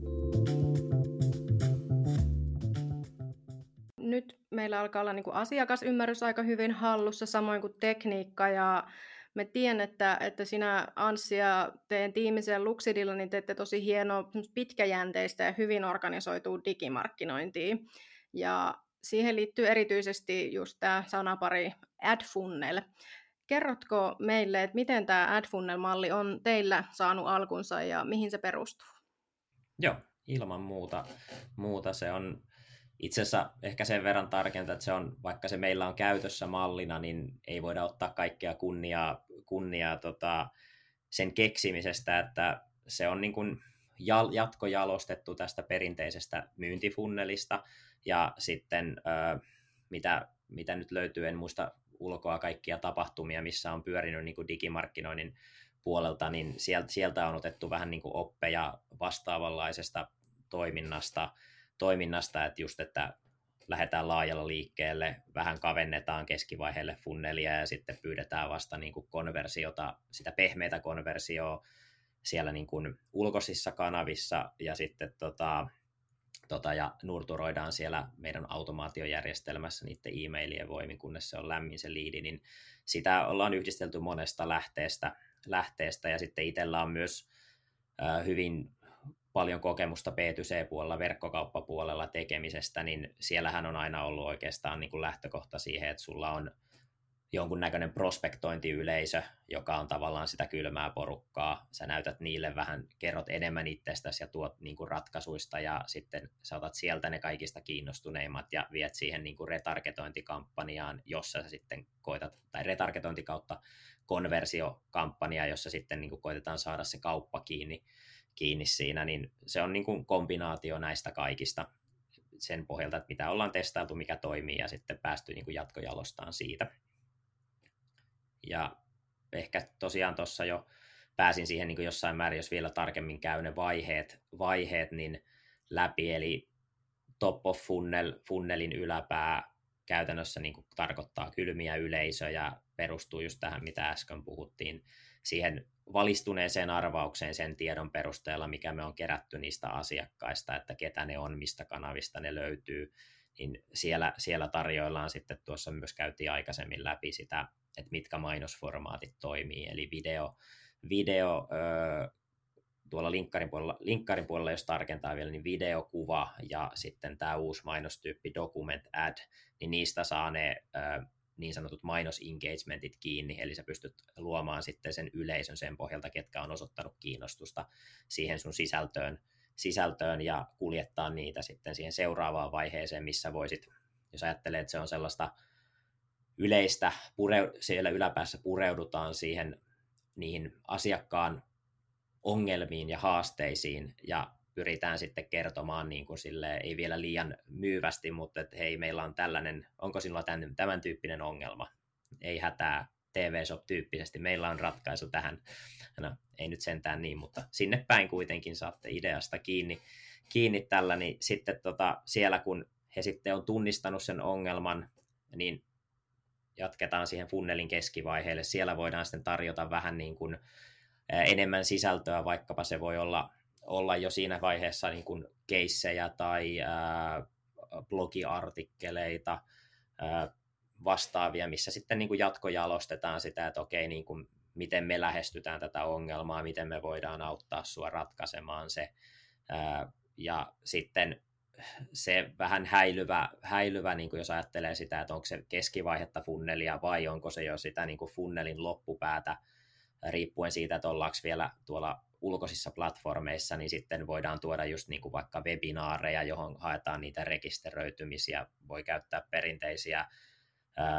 Nyt meillä alkaa olla niin kuin asiakasymmärrys aika hyvin hallussa, samoin kuin tekniikka, ja me tiedän, että sinä, Anssi, ja teidän tiimisen Luxidilla, niin teette tosi hienoa pitkäjänteistä ja hyvin organisoitua digimarkkinointia. Ja siihen liittyy erityisesti just tämä sanapari AdFunnel. Kerrotko meille, että miten tämä AdFunnel-malli on teillä saanut alkunsa ja mihin se perustuu? Joo, ilman muuta se on itse asiassa ehkä sen verran tarkenta, että se on, vaikka se meillä on käytössä mallina, niin ei voida ottaa kaikkea kunniaa sen keksimisestä, että se on niin kuin jatkojalostettu tästä perinteisestä myyntifunnelista, ja sitten mitä nyt löytyy, en muista ulkoa kaikkia tapahtumia, missä on pyörinyt niin kuin digimarkkinoinnin puolelta, niin sieltä on otettu vähän niin kuin oppeja vastaavanlaisesta toiminnasta, että just, että lähdetään laajalla liikkeelle, vähän kavennetaan keskivaiheelle funnelia ja sitten pyydetään vasta niin kuin konversiota, sitä pehmeitä konversioa siellä niin kuin ulkoisissa kanavissa ja sitten ja nurturoidaan siellä meidän automaatiojärjestelmässä niiden e-mailien voimin, kunnes se on lämmin se liidi, niin sitä ollaan yhdistelty monesta lähteestä ja sitten itsellä on myös hyvin paljon kokemusta B2C-puolella, verkkokauppapuolella tekemisestä, niin siellähän on aina ollut oikeastaan niin kuin lähtökohta siihen, että sulla on jonkunnäköinen prospektointiyleisö, joka on tavallaan sitä kylmää porukkaa. Sä näytät niille vähän, kerrot enemmän itsestäsi ja tuot niin kuin ratkaisuista ja sitten sä otat sieltä ne kaikista kiinnostuneimmat ja viet siihen niin kuin retargetointikampanjaan, jossa sä sitten koetat, tai retargetointi kautta konversiokampanjaa, jossa sitten niin kuin koitetaan saada se kauppa kiinni siinä, niin se on niin kuin kombinaatio näistä kaikista sen pohjalta, että mitä ollaan testailtu, mikä toimii ja sitten päästy niin kuin jatkojalostaan siitä. Ja ehkä tosiaan tuossa jo pääsin siihen niin kuin jossain määrin, jos vielä tarkemmin käy ne vaiheet niin läpi, eli top of funnelin yläpää käytännössä niin kuin tarkoittaa kylmiä yleisöjä, perustuu just tähän, mitä äsken puhuttiin, siihen valistuneeseen arvaukseen sen tiedon perusteella, mikä me on kerätty niistä asiakkaista, että ketä ne on, mistä kanavista ne löytyy, niin siellä tarjoillaan sitten, tuossa myös käytiin aikaisemmin läpi sitä, että mitkä mainosformaatit toimii, eli video tuolla linkkarin puolella, jos tarkentaa vielä, niin videokuva ja sitten tämä uusi mainostyyppi document ad, niin niistä saa ne niin sanotut mainos-engagementit kiinni, eli sä pystyt luomaan sitten sen yleisön sen pohjalta, ketkä on osoittanut kiinnostusta siihen sun sisältöön ja kuljettaa niitä sitten siihen seuraavaan vaiheeseen, missä voisit, jos ajattelee, että se on sellaista yleistä, siellä yläpäässä pureudutaan niihin asiakkaan ongelmiin ja haasteisiin ja pyritään sitten kertomaan niin kuin silleen, ei vielä liian myyvästi, mutta että hei, meillä on tällainen, onko sinulla tämän tyyppinen ongelma? Ei hätää, TV-shop-tyyppisesti, meillä on ratkaisu tähän. No, ei nyt sentään niin, mutta sinne päin kuitenkin saatte ideasta kiinni tällä, niin sitten siellä kun he sitten on tunnistanut sen ongelman, niin jatketaan siihen funnelin keskivaiheelle. Siellä voidaan sitten tarjota vähän niin kuin enemmän sisältöä, vaikkapa se voi olla jo siinä vaiheessa niin kuin keissejä tai blogiartikkeleita, vastaavia, missä sitten niin kuin jatkojalostetaan sitä, että okei, niin kuin, miten me lähestytään tätä ongelmaa, miten me voidaan auttaa sua ratkaisemaan se. Ja sitten se vähän häilyvä niin kuin jos ajattelee sitä, että onko se keskivaihetta funnelia vai onko se jo sitä niin kuin funnelin loppupäätä, riippuen siitä, että ollaanko vielä tuolla ulkoisissa platformeissa, niin sitten voidaan tuoda just niin kuin vaikka webinaareja, johon haetaan niitä rekisteröitymisiä, voi käyttää perinteisiä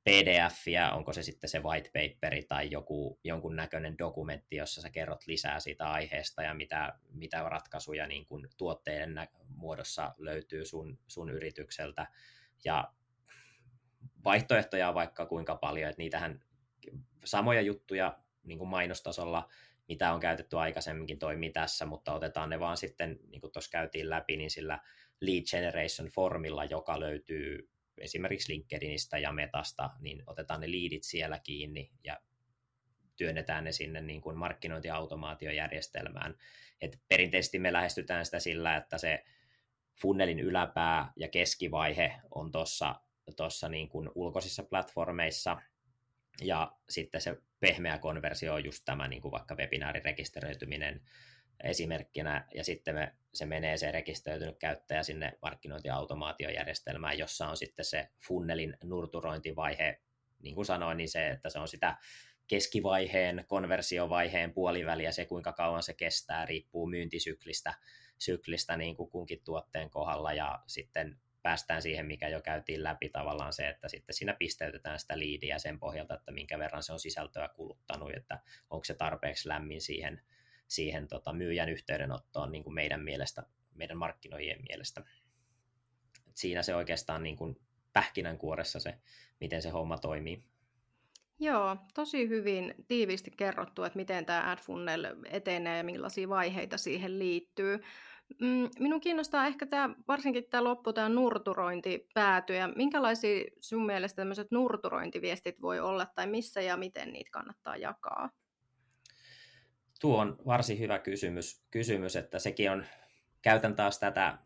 PDFiä, onko se sitten se white paperi tai jonkun näköinen dokumentti, jossa sä kerrot lisää siitä aiheesta ja mitä ratkaisuja niin kuin tuotteiden muodossa löytyy sun yritykseltä. Ja vaihtoehtoja on vaikka kuinka paljon, että niitähän samoja juttuja niin kuin mainostasolla, mitä on käytetty aikaisemminkin, toimii tässä, mutta otetaan ne vaan sitten, niin kuin tuossa käytiin läpi, niin sillä lead generation formilla, joka löytyy esimerkiksi LinkedInistä ja Metasta, niin otetaan ne leadit siellä kiinni ja työnnetään ne sinne niin kuin markkinointiautomaatiojärjestelmään. Et perinteisesti me lähestytään sitä sillä, että se funnelin yläpää ja keskivaihe on tuossa niin kuin ulkoisissa platformeissa, ja sitten se pehmeä konversio on just tämä niin kuin vaikka webinaarin rekisteröityminen esimerkkinä, ja sitten se menee se rekisteröitynyt käyttäjä sinne markkinointiautomaatiojärjestelmään, jossa on sitten se funnelin nurturointivaihe, niin kuin sanoin, niin se, että se on sitä keskivaiheen, konversiovaiheen puoliväliä, se kuinka kauan se kestää, riippuu myyntisyklistä niin kuin kunkin tuotteen kohdalla, ja sitten päästään siihen, mikä jo käytiin läpi tavallaan se, että sitten siinä pisteytetään sitä liidiä sen pohjalta, että minkä verran se on sisältöä kuluttanut, että onko se tarpeeksi lämmin siihen myyjän yhteydenottoon niin kuin meidän markkinoijien mielestä. Et siinä se oikeastaan niin kuin pähkinänkuoressa se, miten se homma toimii. Joo, tosi hyvin tiiviisti kerrottu, että miten tämä AdFunnel etenee ja millaisia vaiheita siihen liittyy. Minun kiinnostaa ehkä varsinkin tämä loppu, tämä nurturointipääty, ja minkälaisia sun mielestä tämmöiset nurturointiviestit voi olla, tai missä ja miten niitä kannattaa jakaa? Tuo on varsin hyvä kysymys, että sekin on, käytän taas tätä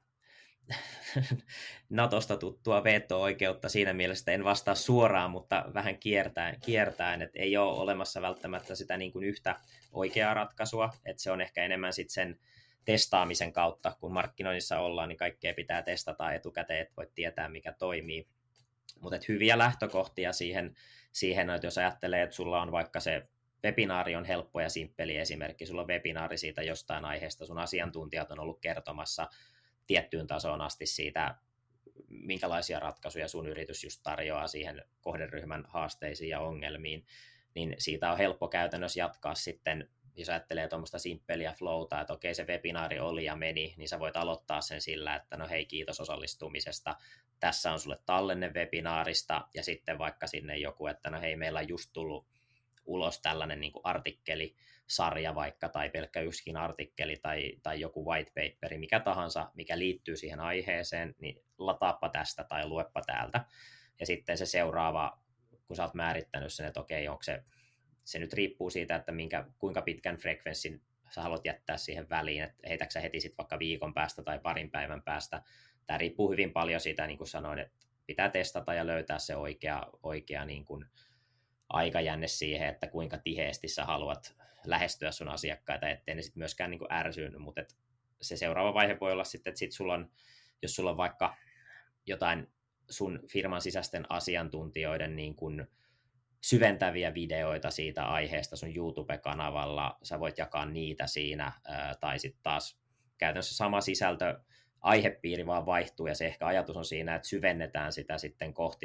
Natosta tuttua veto-oikeutta siinä mielessä, en vastaa suoraan, mutta vähän kiertäen, että ei ole olemassa välttämättä sitä niin kuin yhtä oikeaa ratkaisua, että se on ehkä enemmän sitten sen testaamisen kautta, kun markkinoinnissa ollaan, niin kaikkea pitää testata etukäteen, että voit tietää, mikä toimii. Mutta hyviä lähtökohtia siihen, että jos ajattelee, että sulla on vaikka se webinaari on helppo ja simppeli esimerkki, sulla on webinaari siitä jostain aiheesta, sun asiantuntijat on ollut kertomassa tiettyyn tasoon asti siitä, minkälaisia ratkaisuja sun yritys just tarjoaa siihen kohderyhmän haasteisiin ja ongelmiin, niin siitä on helppo käytännössä jatkaa sitten, jos ajattelee tuommoista simppeliä flowta, että okei, se webinaari oli ja meni, niin sä voit aloittaa sen sillä, että no hei, kiitos osallistumisesta, tässä on sulle tallenne webinaarista, ja sitten vaikka sinne joku, että no hei, meillä on just tullut ulos tällainen niin kuin artikkelisarja vaikka, tai pelkkä yksikin artikkeli, tai joku white paperi, mikä tahansa, mikä liittyy siihen aiheeseen, niin lataappa tästä tai luepa täältä. Ja sitten se seuraava, kun sä oot määrittänyt sen, että okei, onko se nyt riippuu siitä, että kuinka pitkän frekvenssin sä haluat jättää siihen väliin, että heitätkö sä heti sitten vaikka viikon päästä tai parin päivän päästä. Tämä riippuu hyvin paljon siitä, niin kuin sanoin, että pitää testata ja löytää se oikea niin kuin aikajänne siihen, että kuinka tiheesti sä haluat lähestyä sun asiakkaita, ettei ne sitten myöskään niin kuin ärsynyt, mutta se seuraava vaihe voi olla sitten, että jos sulla on vaikka jotain sun firman sisäisten asiantuntijoiden niin kuin syventäviä videoita siitä aiheesta sun YouTube-kanavalla, sä voit jakaa niitä siinä, tai sitten taas käytännössä sama sisältö, aihepiiri vaan vaihtuu, ja se ehkä ajatus on siinä, että syvennetään sitä sitten kohti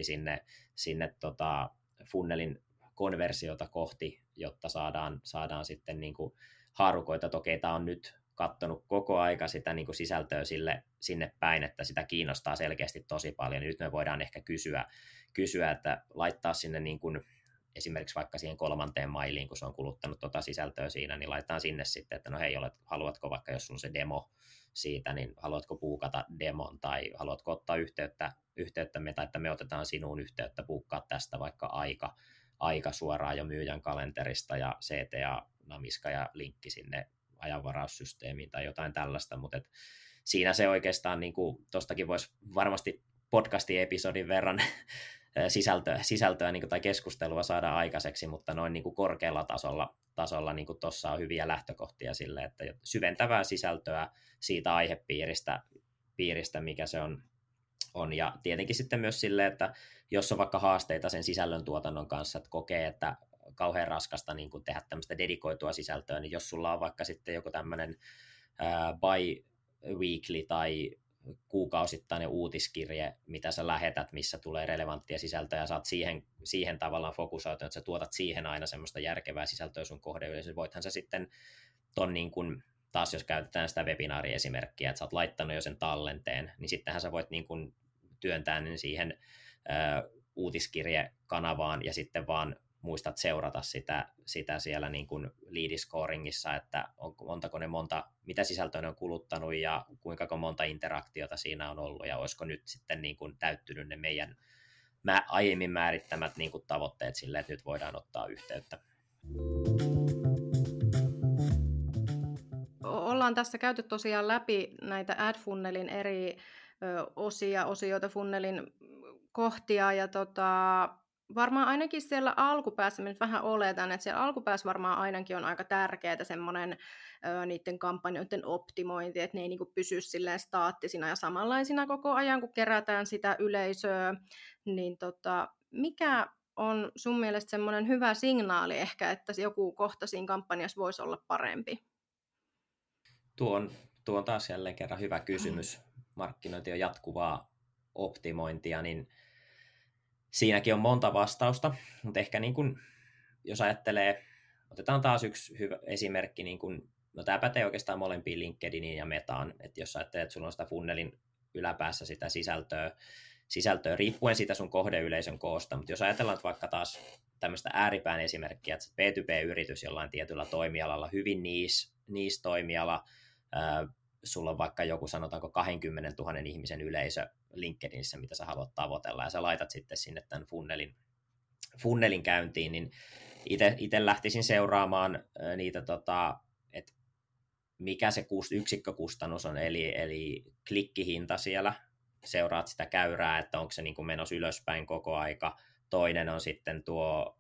sinne funnelin konversiota kohti, jotta saadaan sitten niin kuin haarukoita, että okei, tämä on nyt katsonut koko aika sitä niin kuin sisältöä sinne päin, että sitä kiinnostaa selkeästi tosi paljon. Nyt me voidaan ehkä kysyä, että laittaa sinne niin kuin esimerkiksi vaikka siihen 3. mailiin, kun se on kuluttanut sisältöä siinä, niin laitetaan sinne sitten, että no hei, haluatko vaikka, jos on se demo siitä, niin haluatko buukata demon, tai haluatko ottaa yhteyttä me, tai että me otetaan sinuun yhteyttä, buukkaa tästä vaikka aika suoraan jo myyjän kalenterista, ja CTA, namiska ja linkki sinne ajanvaraussysteemiin tai jotain tällaista, mutta siinä se oikeastaan, niin kuin tuostakin voisi varmasti podcasti-episodin verran sisältöä niin kuin, tai keskustelua saada aikaiseksi, mutta noin niin kuin korkealla tasolla niin kuin tuossa on hyviä lähtökohtia sille, että syventävää sisältöä siitä aihepiiristä, mikä se on. Ja tietenkin sitten myös sille, että jos on vaikka haasteita sen sisällön tuotannon kanssa, että kokee, että kauhean raskasta niin kuin tehdä tämmöistä dedikoitua sisältöä, niin jos sulla on vaikka sitten joku tämmöinen bi-weekly tai kuukausittainen uutiskirje, mitä sä lähetät, missä tulee relevanttia sisältöä, ja sä oot siihen tavallaan fokusoitunut, että sä tuotat siihen aina semmoista järkevää sisältöä sun kohdeyleisölle. Voithan sä sitten ton niin kuin, taas jos käytetään sitä webinaariesimerkkiä, että sä oot laittanut jo sen tallenteen, niin sittenhän sä voit niin kuin työntää ne siihen uutiskirjekanavaan, ja sitten vaan muistat seurata sitä siellä niin kuin leadiscoringissa, että montako ne mitä sisältöä ne on kuluttanut ja kuinka monta interaktiota siinä on ollut ja olisiko nyt sitten niin kuin täyttynyt ne meidän aiemmin määrittämät niin kuin tavoitteet sille, että nyt voidaan ottaa yhteyttä. Ollaan tässä käyty tosiaan läpi näitä ad-funnelin eri osioita, funnelin kohtia ja varmaan ainakin siellä alkupäässä, mä nyt vähän oletan, että siellä alkupäässä varmaan ainakin on aika tärkeää semmoinen niiden kampanjoiden optimointi, että ne ei niinku pysy silleen staattisina ja samanlaisina koko ajan, kun kerätään sitä yleisöä, niin mikä on sun mielestä semmoinen hyvä signaali ehkä, että joku kohta siinä kampanjassa voisi olla parempi? Tuo on taas jälleen kerran hyvä kysymys. Markkinointi on jatkuvaa optimointia, niin siinäkin on monta vastausta, mutta ehkä niin kun, jos ajattelee, otetaan taas yksi hyvä esimerkki, niin kun, no tämä pätee oikeastaan molempiin LinkedIniin ja Metaan, että jos ajattelet, että sulla on sitä funnelin yläpäässä sitä sisältöä riippuen siitä sun kohdeyleisön koosta, mutta jos ajatellaan vaikka taas tämmöistä ääripään esimerkkiä, että B2B-yritys jollain tietyllä toimialalla, hyvin niissä toimiala, sulla on vaikka joku sanotaanko 20 000 ihmisen yleisö LinkedInissä, mitä sä haluat tavoitella, ja sä laitat sitten sinne tämän funnelin käyntiin, niin itse lähtisin seuraamaan niitä, että mikä se yksikkökustannus on, eli klikkihinta siellä, seuraat sitä käyrää, että onko se niin kuin menossa ylöspäin koko aika. Toinen on sitten tuo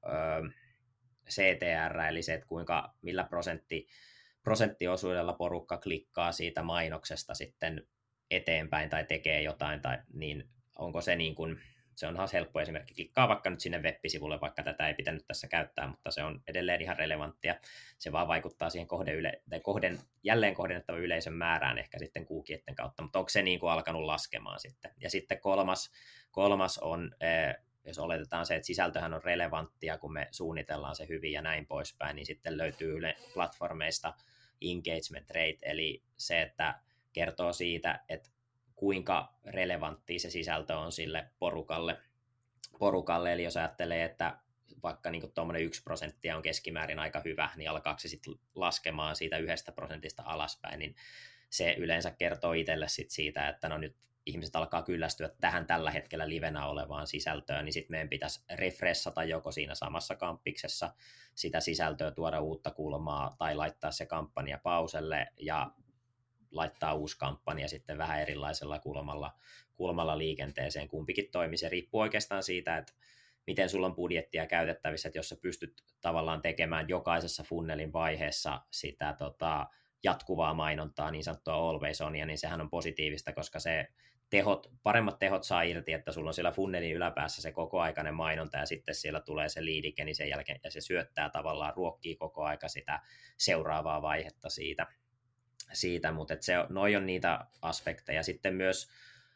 CTR, eli se, että millä prosenttiosuudella porukka klikkaa siitä mainoksesta sitten eteenpäin tai tekee jotain, niin onko se niin kuin, se on helppo esimerkki, klikkaa vaikka nyt sinne web-sivulle, vaikka tätä ei pitänyt tässä käyttää, mutta se on edelleen ihan relevanttia, se vaan vaikuttaa siihen jälleen kohdennettavan yleisön määrään ehkä sitten kuukietten kautta, mutta onko se niin kuin alkanut laskemaan sitten. Ja sitten kolmas on, jos oletetaan se, että sisältöhän on relevanttia, kun me suunnitellaan se hyvin ja näin poispäin, niin sitten löytyy platformeista engagement rate, eli se, että kertoo siitä, että kuinka relevanttia se sisältö on sille porukalle. Eli jos ajattelee, että vaikka niin tuommoinen 1% on keskimäärin aika hyvä, niin alkaako se sitten laskemaan siitä 1% alaspäin, niin se yleensä kertoo itselle sit siitä, että no nyt ihmiset alkaa kyllästyä tähän tällä hetkellä livenä olevaan sisältöön, niin sitten meidän pitäisi refreshata joko siinä samassa kampiksessa sitä sisältöä, tuoda uutta kulmaa tai laittaa se kampanja pauselle ja laittaa uusi kampanja sitten vähän erilaisella kulmalla liikenteeseen. Kumpikin toimii. Se riippuu oikeastaan siitä, että miten sulla on budjettia käytettävissä, että jos sä pystyt tavallaan tekemään jokaisessa funnelin vaiheessa sitä jatkuvaa mainontaa, niin sanottua always onia, niin sehän on positiivista, koska se paremmat tehot saa irti, että sulla on siellä funnelin yläpäässä se kokoaikainen mainonta ja sitten siellä tulee se liidike, niin sen jälkeen ja se syöttää tavallaan, ruokkii koko aika sitä seuraavaa vaihetta siitä, mutta noi on niitä aspekteja. Sitten myös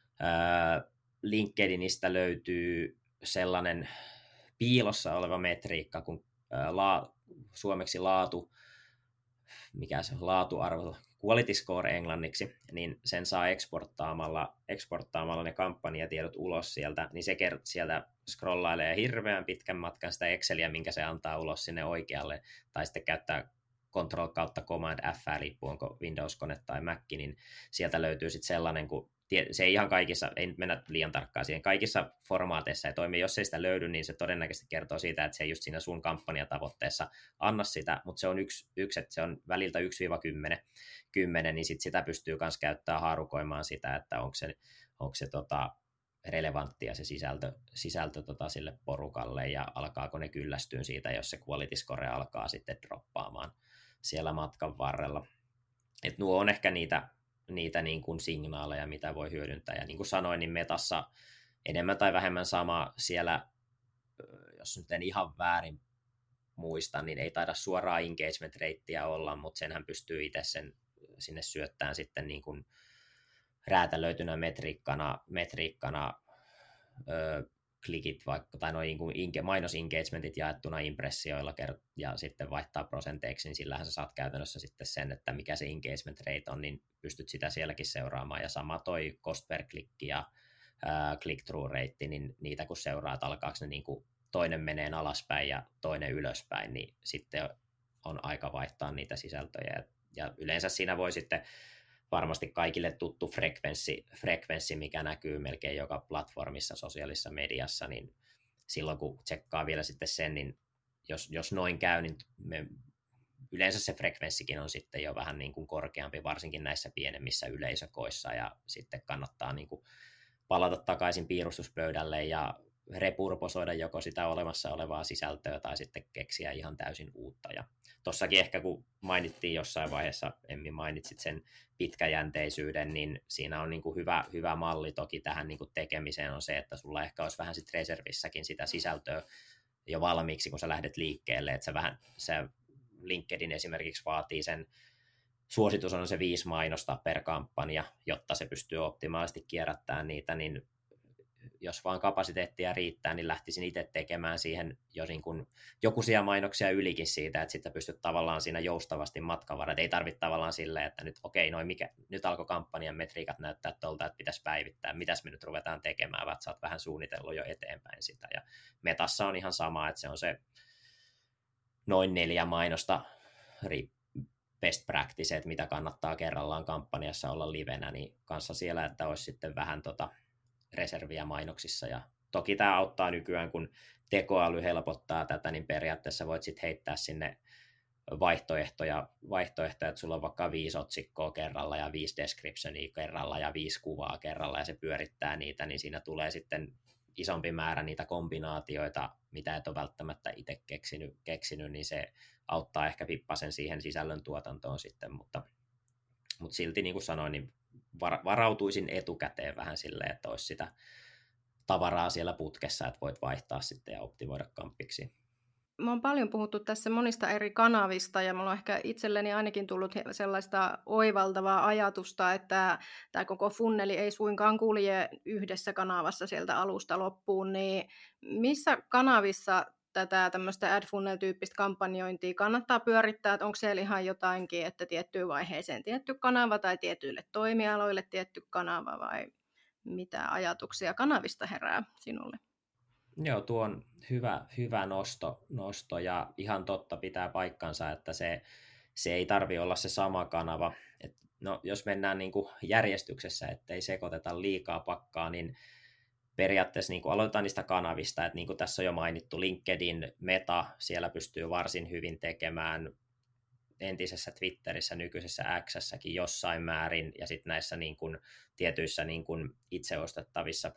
LinkedInista löytyy sellainen piilossa oleva metriikka, kun suomeksi laatuarvo, quality score englanniksi, niin sen saa eksporttaamalla ne kampanjatiedot ulos sieltä, niin se sieltä scrollailee hirveän pitkän matkan sitä Exceliä, minkä se antaa ulos sinne oikealle, tai sitten käyttää Control kautta Command F, riippuu onko Windows-kone tai Mac, niin sieltä löytyy sitten sellainen, kun se ei ihan kaikissa, ei nyt mennä liian tarkkaan siihen, kaikissa formaateissa ei toimi, jos ei sitä löydy, niin se todennäköisesti kertoo siitä, että se ei just siinä sun kampanjatavoitteessa anna sitä, mutta se on yksi että se on väliltä 1-10, niin sit sitä pystyy myös käyttämään haarukoimaan sitä, että onko se relevanttia se sisältö sille porukalle ja alkaako ne kyllästyä siitä, jos se quality score alkaa sitten droppaamaan siellä matkan varrella. Et nuo on ehkä niitä niin kuin signaaleja, mitä voi hyödyntää. Ja niin kuin sanoin, niin Metassa enemmän tai vähemmän sama siellä, jos nyt en ihan väärin muista, niin ei taida suoraa engagement ratea olla, mutta senhän pystyy itse sinne syöttämään sitten niin kuin räätälöitynä metriikkana klikit vaikka, tai noin mainos-engagementit jaettuna impressioilla ja sitten vaihtaa prosenteiksi, niin sillähän sä saat käytännössä sitten sen, että mikä se engagement rate on, niin pystyt sitä sielläkin seuraamaan. Ja sama toi cost per klikki ja click-through rate, niin niitä kun seuraa, että alkaako ne niin kuin toinen menee alaspäin ja toinen ylöspäin, niin sitten on aika vaihtaa niitä sisältöjä. Ja yleensä siinä voi sitten varmasti kaikille tuttu frekvenssi, mikä näkyy melkein joka platformissa sosiaalisessa mediassa, niin silloin kun tsekkaa vielä sitten sen, niin jos noin käy, niin yleensä se frekvenssikin on sitten jo vähän niin kuin korkeampi, varsinkin näissä pienemmissä yleisökoissa, ja sitten kannattaa niin kuin palata takaisin piirustuspöydälle ja repurposoida joko sitä olemassa olevaa sisältöä tai sitten keksiä ihan täysin uutta. Ja tossakin ehkä kun mainittiin jossain vaiheessa, Emmi mainitsit sen pitkäjänteisyyden, niin siinä on niin kuin hyvä malli toki tähän niin kuin tekemiseen on se, että sulla ehkä olisi vähän sitten reservissäkin sitä sisältöä jo valmiiksi, kun sä lähdet liikkeelle, että se LinkedIn esimerkiksi vaatii sen, suositus on se 5 mainosta per kampanja, jotta se pystyy optimaalisesti kierrättämään niitä, niin jos vaan kapasiteettia riittää, niin lähtisin itse tekemään siihen jo niin kuin jokuisia mainoksia ylikin siitä, että sitten pystyt tavallaan siinä joustavasti matkan varrella. Ei tarvitse tavallaan silleen, että nyt nyt alkoi kampanjan metriikat näyttää tuolta, että pitäisi päivittää, mitäs me nyt ruvetaan tekemään, vaan sä oot vähän suunnitellut jo eteenpäin sitä. Ja Metassa on ihan sama, että se on se noin 4 mainosta best practice, että mitä kannattaa kerrallaan kampanjassa olla livenä, niin kanssa siellä, että olisi sitten vähän reserviä mainoksissa. Ja toki tämä auttaa nykyään, kun tekoäly helpottaa tätä, niin periaatteessa voit sitten heittää sinne vaihtoehtoja, että sulla on vaikka 5 otsikkoa kerralla ja 5 descriptionia kerralla ja 5 kuvaa kerralla ja se pyörittää niitä, niin siinä tulee sitten isompi määrä niitä kombinaatioita, mitä et ole välttämättä itse keksinyt, niin se auttaa ehkä pippasen siihen sisällön tuotantoon sitten, mutta silti niin kuin sanoin, niin varautuisin etukäteen vähän silleen, että olisi sitä tavaraa siellä putkessa, että voit vaihtaa sitten ja optimoida kampiksi. Me on paljon puhuttu tässä monista eri kanavista ja mulla on ehkä itselleni ainakin tullut sellaista oivaltavaa ajatusta, että tämä koko funneli ei suinkaan kulje yhdessä kanavassa sieltä alusta loppuun, niin missä kanavissa tätä tämmöistä ad funnel-tyyppistä kampanjointia kannattaa pyörittää, että onko siellä ihan jotainkin, että tiettyyn vaiheeseen tietty kanava tai tietyille toimialoille tietty kanava vai mitä ajatuksia kanavista herää sinulle? Joo, tuo on hyvä nosto ja ihan totta pitää paikkansa, että se ei tarvitse olla se sama kanava. Jos mennään niin kuin järjestyksessä, ettei sekoiteta liikaa pakkaa, niin periaatteessa niin kuin aloitetaan niistä kanavista, että niin kuin tässä on jo mainittu LinkedIn, Meta, siellä pystyy varsin hyvin tekemään entisessä Twitterissä, nykyisessä X:ssäkin jossain määrin, ja sitten näissä niin kuin tietyissä niin kuin itse ostettavissa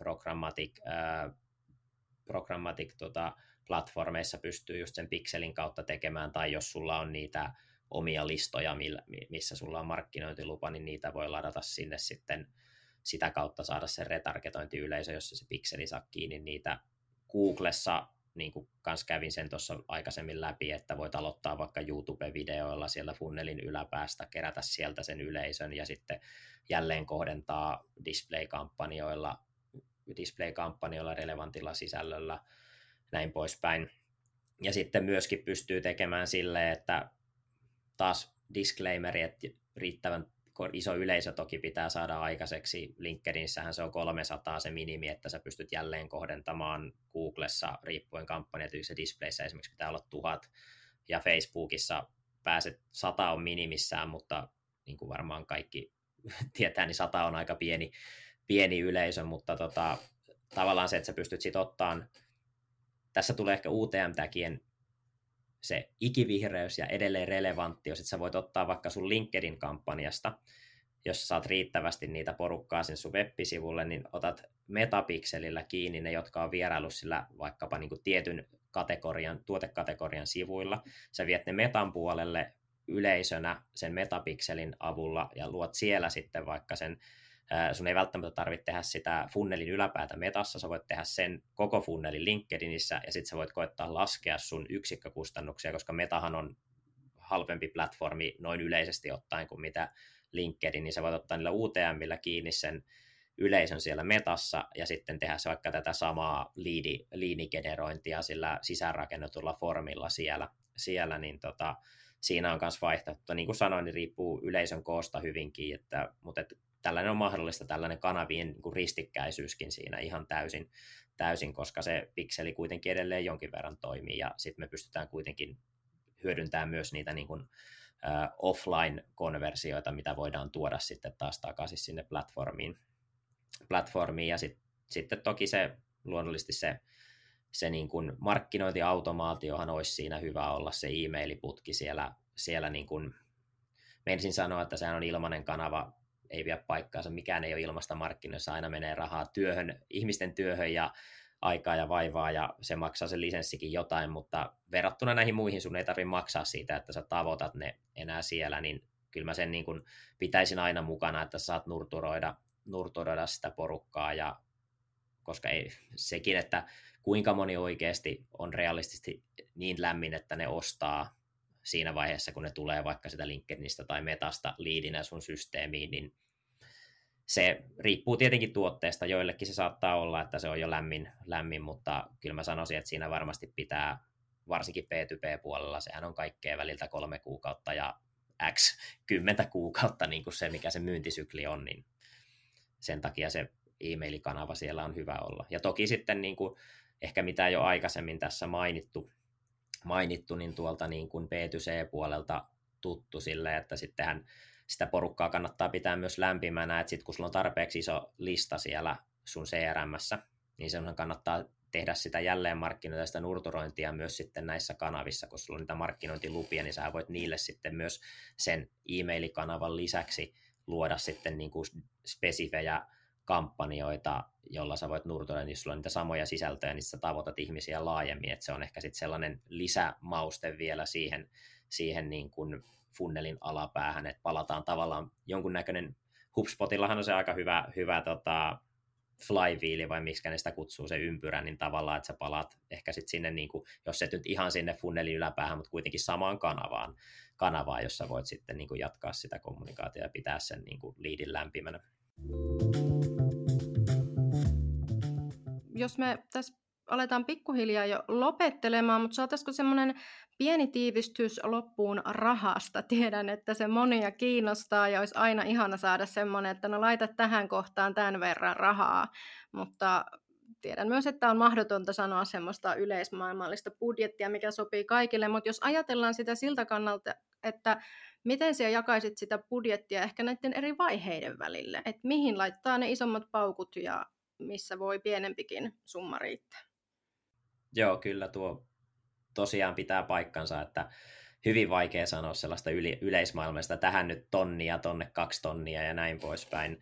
programmatic platformeissa pystyy just sen pikselin kautta tekemään, tai jos sulla on niitä omia listoja, missä sulla on markkinointilupa, niin niitä voi ladata sinne sitten sitä kautta saada sen retargetointiyleisö, jossa se pikseli saa kiinni niitä. Googlessa, niin kuin kans kävin sen tuossa aikaisemmin läpi, että voit aloittaa vaikka YouTube-videoilla siellä funnelin yläpäästä, kerätä sieltä sen yleisön ja sitten jälleen kohdentaa display-kampanjoilla relevantilla sisällöllä, näin poispäin. Ja sitten myöskin pystyy tekemään silleen, että taas disclaimeri, että riittävän iso yleisö toki pitää saada aikaiseksi. LinkedInissähän se on 300 se minimi, että sä pystyt jälleen kohdentamaan Googlessa riippuen kampanjatyyssä displayssä esimerkiksi pitää olla 1000 ja Facebookissa 100 on minimissään, mutta niin kuin varmaan kaikki tietää, niin 100 on aika pieni yleisö, mutta tavallaan se, että sä pystyt sitten ottamaan, tässä tulee ehkä UTM-täkien se ikivihreys ja edelleen relevanttius, että sä voit ottaa vaikka sun LinkedIn-kampanjasta, jos saat riittävästi niitä porukkaa sen sun web-sivulle, niin otat metapikselillä kiinni ne, jotka on vieraillut sillä vaikkapa niin kuin tietyn tuotekategorian sivuilla. Sä viet ne metan puolelle yleisönä sen metapikselin avulla ja luot siellä sitten vaikka sen, sun ei välttämättä tarvitse tehdä sitä funnelin yläpäätä metassa, sä voit tehdä sen koko funnelin LinkedInissä ja sitten sä voit koettaa laskea sun yksikkökustannuksia, koska Metahan on halvempi platformi noin yleisesti ottaen kuin mitä LinkedIn, niin sä voit ottaa niillä UTM:illä kiinni sen yleisön siellä metassa ja sitten tehdä se vaikka tätä samaa liinigenerointia sillä sisäänrakennetulla formilla siellä niin siinä on myös vaihtoehto. Niin kuin sanoin, niin riippuu yleisön koosta hyvinkin, mutta tällainen on mahdollista, tällainen kanavien niin kuin ristikkäisyyskin siinä ihan täysin, koska se pikseli kuitenkin edelleen jonkin verran toimii, ja sitten me pystytään kuitenkin hyödyntämään myös niitä niin kuin, offline-konversioita, mitä voidaan tuoda sitten taas takaisin sinne platformiin ja sitten toki se luonnollisesti se niin kuin markkinointiautomaatiohan olisi siinä hyvä olla, se e-mailiputki siellä niin kuin, menisin sanoa, että sehän on ilmainen kanava, ei vie paikkaansa, mikään ei ole ilmasta markkinoissa, aina menee rahaa ihmisten työhön ja aikaa ja vaivaa, ja se maksaa sen lisenssikin jotain, mutta verrattuna näihin muihin sun ei tarvitse maksaa siitä, että sä tavoitat ne enää siellä, niin kyllä mä sen niin kuin pitäisin aina mukana, että sä saat nurturoida sitä porukkaa, ja koska sekin, että kuinka moni oikeasti on realistisesti niin lämmin, että ne ostaa siinä vaiheessa, kun ne tulee vaikka sitä LinkedInistä tai Metasta liidinä sun systeemiin, niin se riippuu tietenkin tuotteesta. Joillekin se saattaa olla, että se on jo lämmin, mutta kyllä mä sanoisin, että siinä varmasti pitää, varsinkin B2B-puolella, sehän on kaikkea väliltä 3 kuukautta ja X 10 kuukautta, niin kuin se, mikä se myyntisykli on, niin sen takia se e-mailikanava siellä on hyvä olla. Ja toki sitten niin kuin ehkä mitä jo aikaisemmin tässä mainittu niin tuolta niin kuin B2C-puolelta tuttu sille, että sittenhän sitä porukkaa kannattaa pitää myös lämpimänä, että sitten kun sulla on tarpeeksi iso lista siellä sun CRM:ssä, niin senhan kannattaa tehdä sitä jälleenmarkkinointia, sitä nurturointia myös sitten näissä kanavissa, kun sulla on niitä markkinointilupia, niin sä voit niille sitten myös sen e-mailikanavan lisäksi luoda sitten niin kuin spesifejä kampanjoita, jolla sä voit nurturoida, niin sulla on niitä samoja sisältöjä, niin sä tavoitat ihmisiä laajemmin, että se on ehkä sitten sellainen lisämauste vielä siihen niin kuin funnelin alapäähän, että palataan tavallaan jonkunnäköinen, HubSpotillahan on se aika hyvä flywheel, vai miksi ne sitä kutsuu, se ympyrä, niin tavallaan, että sä palaat ehkä sitten sinne, niin kuin, jos et nyt ihan sinne funnelin yläpäähän, mutta kuitenkin samaan kanavaan, jossa voit sitten niin kuin jatkaa sitä kommunikaatiota ja pitää sen niin kuin liidin lämpimänä. Jos me tässä aletaan pikkuhiljaa jo lopettelemaan, mutta saataisiko semmoinen pieni tiivistys loppuun rahasta? Tiedän, että se monia kiinnostaa ja olisi aina ihana saada semmoinen, että no laita tähän kohtaan tämän verran rahaa, mutta tiedän myös, että on mahdotonta sanoa semmoista yleismaailmallista budjettia, mikä sopii kaikille, mutta jos ajatellaan sitä siltä kannalta, että miten sä jakaisit sitä budjettia ehkä näiden eri vaiheiden välille, että mihin laittaa ne isommat paukut ja missä voi pienempikin summa riittää? Joo, kyllä tuo tosiaan pitää paikkansa, että hyvin vaikea sanoa sellaista yleismaailmasta, tähän nyt tonnia, tonne 2 tonnia ja näin poispäin.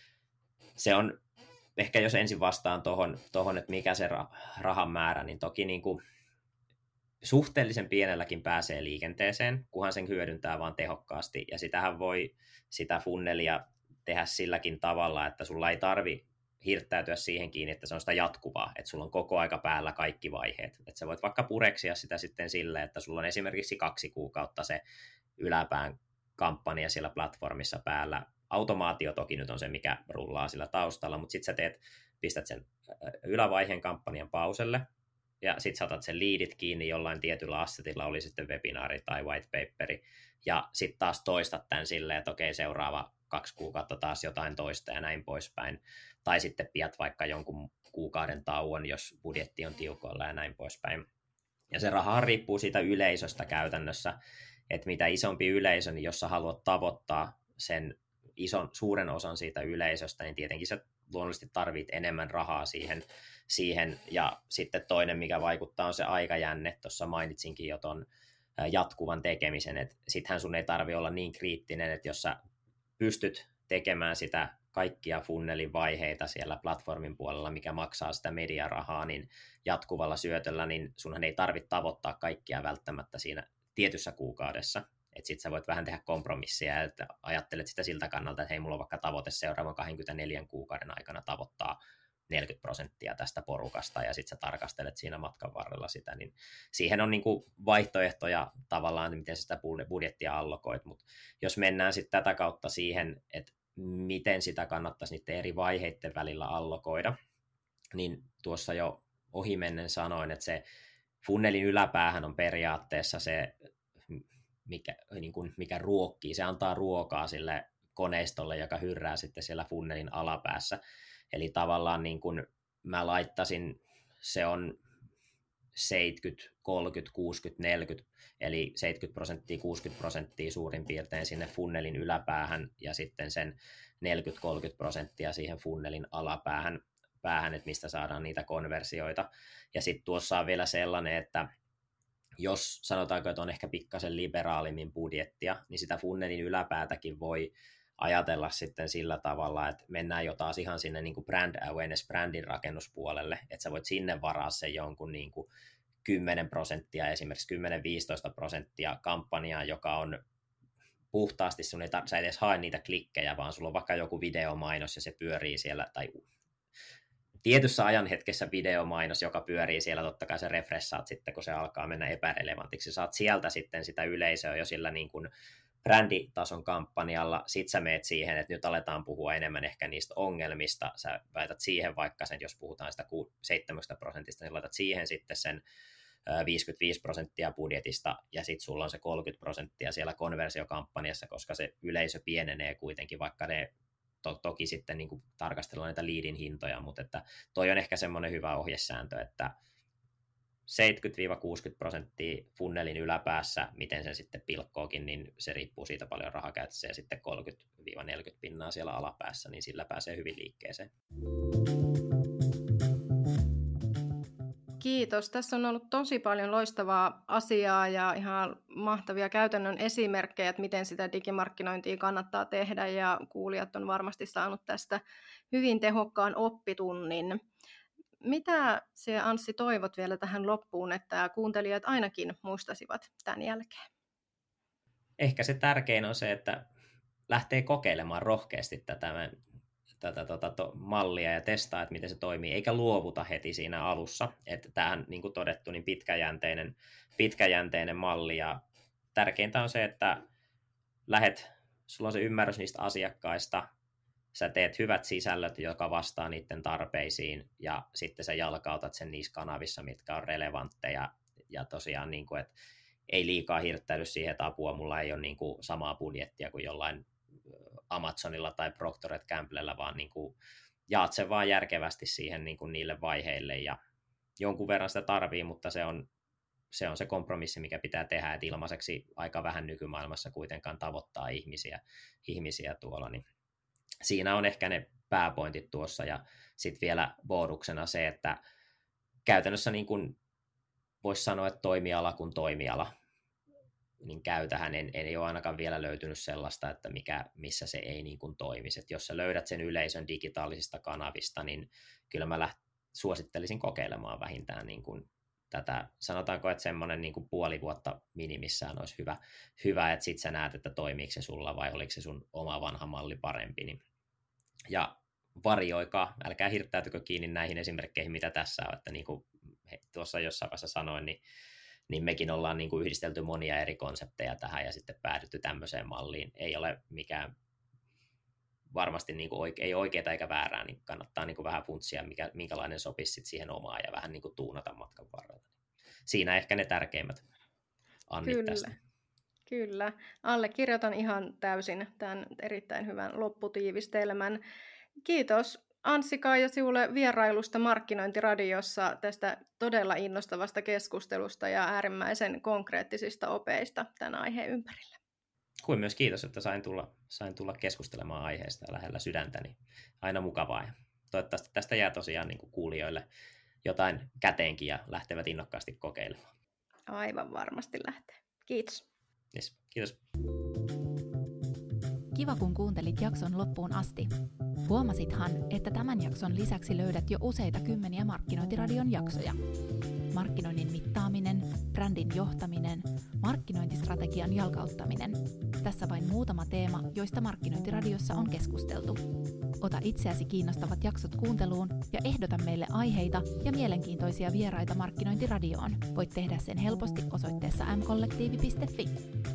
Se on ehkä, jos ensin vastaan tohon, että mikä se rahan määrä, niin toki niin kuin suhteellisen pienelläkin pääsee liikenteeseen, kunhan sen hyödyntää vaan tehokkaasti, ja sitähän voi sitä funnelia tehdä silläkin tavalla, että sulla ei tarvi hirttäytyä siihen kiinni, että se on sitä jatkuvaa, että sulla on koko aika päällä kaikki vaiheet. Että sä voit vaikka pureksia sitä sitten silleen, että sulla on esimerkiksi 2 kuukautta se yläpään kampanja siellä platformissa päällä. Automaatio toki nyt on se, mikä rullaa sillä taustalla, mutta sitten sä pistät sen ylävaiheen kampanjan pauselle, ja sitten sä otat sen liidit kiinni jollain tietyllä assetilla, oli sitten webinaari tai white paperi, ja sitten taas toistat tämän silleen, että okei, seuraava 2 kuukautta taas jotain toista ja näin poispäin. Tai sitten pidät vaikka jonkun kuukauden tauon, jos budjetti on tiukoilla ja näin poispäin. Ja se raha riippuu siitä yleisöstä käytännössä, että mitä isompi yleisö, niin jos sä haluat tavoittaa sen suuren osan siitä yleisöstä, niin tietenkin sä luonnollisesti tarvit enemmän rahaa siihen. Ja sitten toinen, mikä vaikuttaa, on se aikajänne. Tuossa mainitsinkin jo ton jatkuvan tekemisen, että sittenhän sun ei tarvitse olla niin kriittinen, että jos sä pystyt tekemään sitä kaikkia funnelin vaiheita siellä platformin puolella, mikä maksaa sitä mediarahaa, niin jatkuvalla syötöllä, niin sunhan ei tarvitse tavoittaa kaikkia välttämättä siinä tietyssä kuukaudessa. Että sit sä voit vähän tehdä kompromissia, että ajattelet sitä siltä kannalta, että hei, mulla on vaikka tavoite seuraavan 24 kuukauden aikana tavoittaa 40% tästä porukasta, ja sitten sä tarkastelet siinä matkan varrella sitä, niin siihen on niin kuin vaihtoehtoja tavallaan, miten sitä budjettia allokoit, mutta jos mennään sitten tätä kautta siihen, että miten sitä kannattaisi niiden eri vaiheiden välillä allokoida, niin tuossa jo ohimennen sanoin, että se funnelin yläpäähän on periaatteessa se, mikä ruokkii, se antaa ruokaa sille koneistolle, joka hyrrää sitten siellä funnelin alapäässä. Eli tavallaan niin kuin mä laittaisin, se on 70, 30, 60, 40, eli 70%, 60% suurin piirtein sinne funnelin yläpäähän, ja sitten sen 40-30% siihen funnelin alapäähän, että mistä saadaan niitä konversioita. Ja sitten tuossa on vielä sellainen, että jos sanotaanko, että on ehkä pikkasen liberaalimmin budjettia, niin sitä funnelin yläpäätäkin voi ajatella sitten sillä tavalla, että mennään jo taas ihan sinne niin kuin brand awareness, brändin rakennuspuolelle, että sä voit sinne varaa sen jonkun niin kuin 10%, esimerkiksi 10-15% kampanjaa, joka on puhtaasti, sä edes hae niitä klikkejä, vaan sulla on vaikka joku videomainos ja se pyörii siellä, tai tietyssä ajanhetkessä videomainos, joka pyörii siellä, totta kai se refreshaat sitten, kun se alkaa mennä epärelevantiksi. Saat sieltä sitten sitä yleisöä jo sillä niin kuin bränditason kampanjalla, sit sä meet siihen, että nyt aletaan puhua enemmän ehkä niistä ongelmista, sä laitat siihen vaikka sen, jos puhutaan sitä 7%, niin laitat siihen sitten sen 55% budjetista, ja sitten sulla on se 30% siellä konversiokampanjassa, koska se yleisö pienenee kuitenkin, vaikka ne toki sitten niin kuin tarkastellaan näitä liidin hintoja, mutta että toi on ehkä semmoinen hyvä ohjesääntö, että 70-60% funnelin yläpäässä, miten sen sitten pilkkookin, niin se riippuu siitä paljon rahakäytössä, ja sitten 30-40% siellä alapäässä, niin sillä pääsee hyvin liikkeeseen. Kiitos. Tässä on ollut tosi paljon loistavaa asiaa ja ihan mahtavia käytännön esimerkkejä, että miten sitä digimarkkinointia kannattaa tehdä, ja kuulijat on varmasti saanut tästä hyvin tehokkaan oppitunnin. Mitä se, Anssi, toivot vielä tähän loppuun, että kuuntelijat ainakin muistasivat tämän jälkeen? Ehkä se tärkein on se, että lähtee kokeilemaan rohkeasti tätä mallia ja testaa, että miten se toimii, eikä luovuta heti siinä alussa. Että tämähän, niin kuin todettu, niin pitkäjänteinen malli, ja tärkeintä on se, että sulla on se ymmärrys niistä asiakkaista, sä teet hyvät sisällöt, joka vastaa niiden tarpeisiin, ja sitten sä jalkautat sen niissä kanavissa, mitkä on relevantteja, ja tosiaan, niin kuin, että ei liikaa hirttäily siihen, että apua, mulla ei ole niin kuin samaa budjettia kuin jollain Amazonilla tai Procter & Gamblella, vaan niin kuin jaat sen vaan järkevästi siihen niin kuin niille vaiheille, ja jonkun verran sitä tarvii, mutta se on se kompromissi, mikä pitää tehdä, että ilmaiseksi aika vähän nykymaailmassa kuitenkaan tavoittaa ihmisiä tuolla, niin siinä on ehkä ne pääpointit tuossa, ja sitten vielä bonuksena se, että käytännössä niin kuin voisi sanoa, että toimiala kuin toimiala, niin käytähän ei ole ainakaan vielä löytynyt sellaista, että missä se ei niin kuin toimisi. Et jos sä löydät sen yleisön digitaalisista kanavista, niin kyllä mä suosittelisin kokeilemaan vähintään niin kuin tätä. Sanotaanko, että semmoinen niin kuin puoli vuotta minimissään olisi hyvä, että sit sä näet, että toimiiko se sulla vai oliko se sun oma vanha malli parempi. Niin. Ja varioikaa, älkää hirttäytykö kiinni näihin esimerkkeihin, mitä tässä on, että niin kuin tuossa jossain vaiheessa sanoin, niin mekin ollaan niin kuin yhdistelty monia eri konsepteja tähän ja sitten päädytty tämmöiseen malliin. Ei ole mikään varmasti niin kuin ei oikeaa eikä väärää, niin kannattaa niin kuin vähän funtsia, minkälainen sopisi siihen omaan ja vähän niin kuin tuunata matkan varrella. Siinä ehkä ne tärkeimmät annit tästä. Kyllä. Allekirjoitan ihan täysin tämän erittäin hyvän lopputiivistelmän. Kiitos Anssi-Kaija sinulle vierailusta Markkinointiradiossa, tästä todella innostavasta keskustelusta ja äärimmäisen konkreettisista opeista tämän aiheen ympärillä. Kuin myös kiitos, että sain tulla keskustelemaan aiheesta lähellä sydäntäni. Aina mukavaa, ja toivottavasti tästä jää tosiaan niin kuin kuulijoille jotain käteenkin ja lähtevät innokkaasti kokeilemaan. Aivan varmasti lähtee. Kiitos. Yes, kiitos. Kiva, kun kuuntelit jakson loppuun asti. Huomasithan, että tämän jakson lisäksi löydät jo useita kymmeniä Markkinointiradion jaksoja. markkinoinnin mittaaminen, brändin johtaminen, markkinointistrategian jalkauttaminen. Tässä vain muutama teema, joista Markkinointiradiossa on keskusteltu. Ota itseäsi kiinnostavat jaksot kuunteluun ja ehdota meille aiheita ja mielenkiintoisia vieraita Markkinointiradioon. Voit tehdä sen helposti osoitteessa mkollektiivi.fi.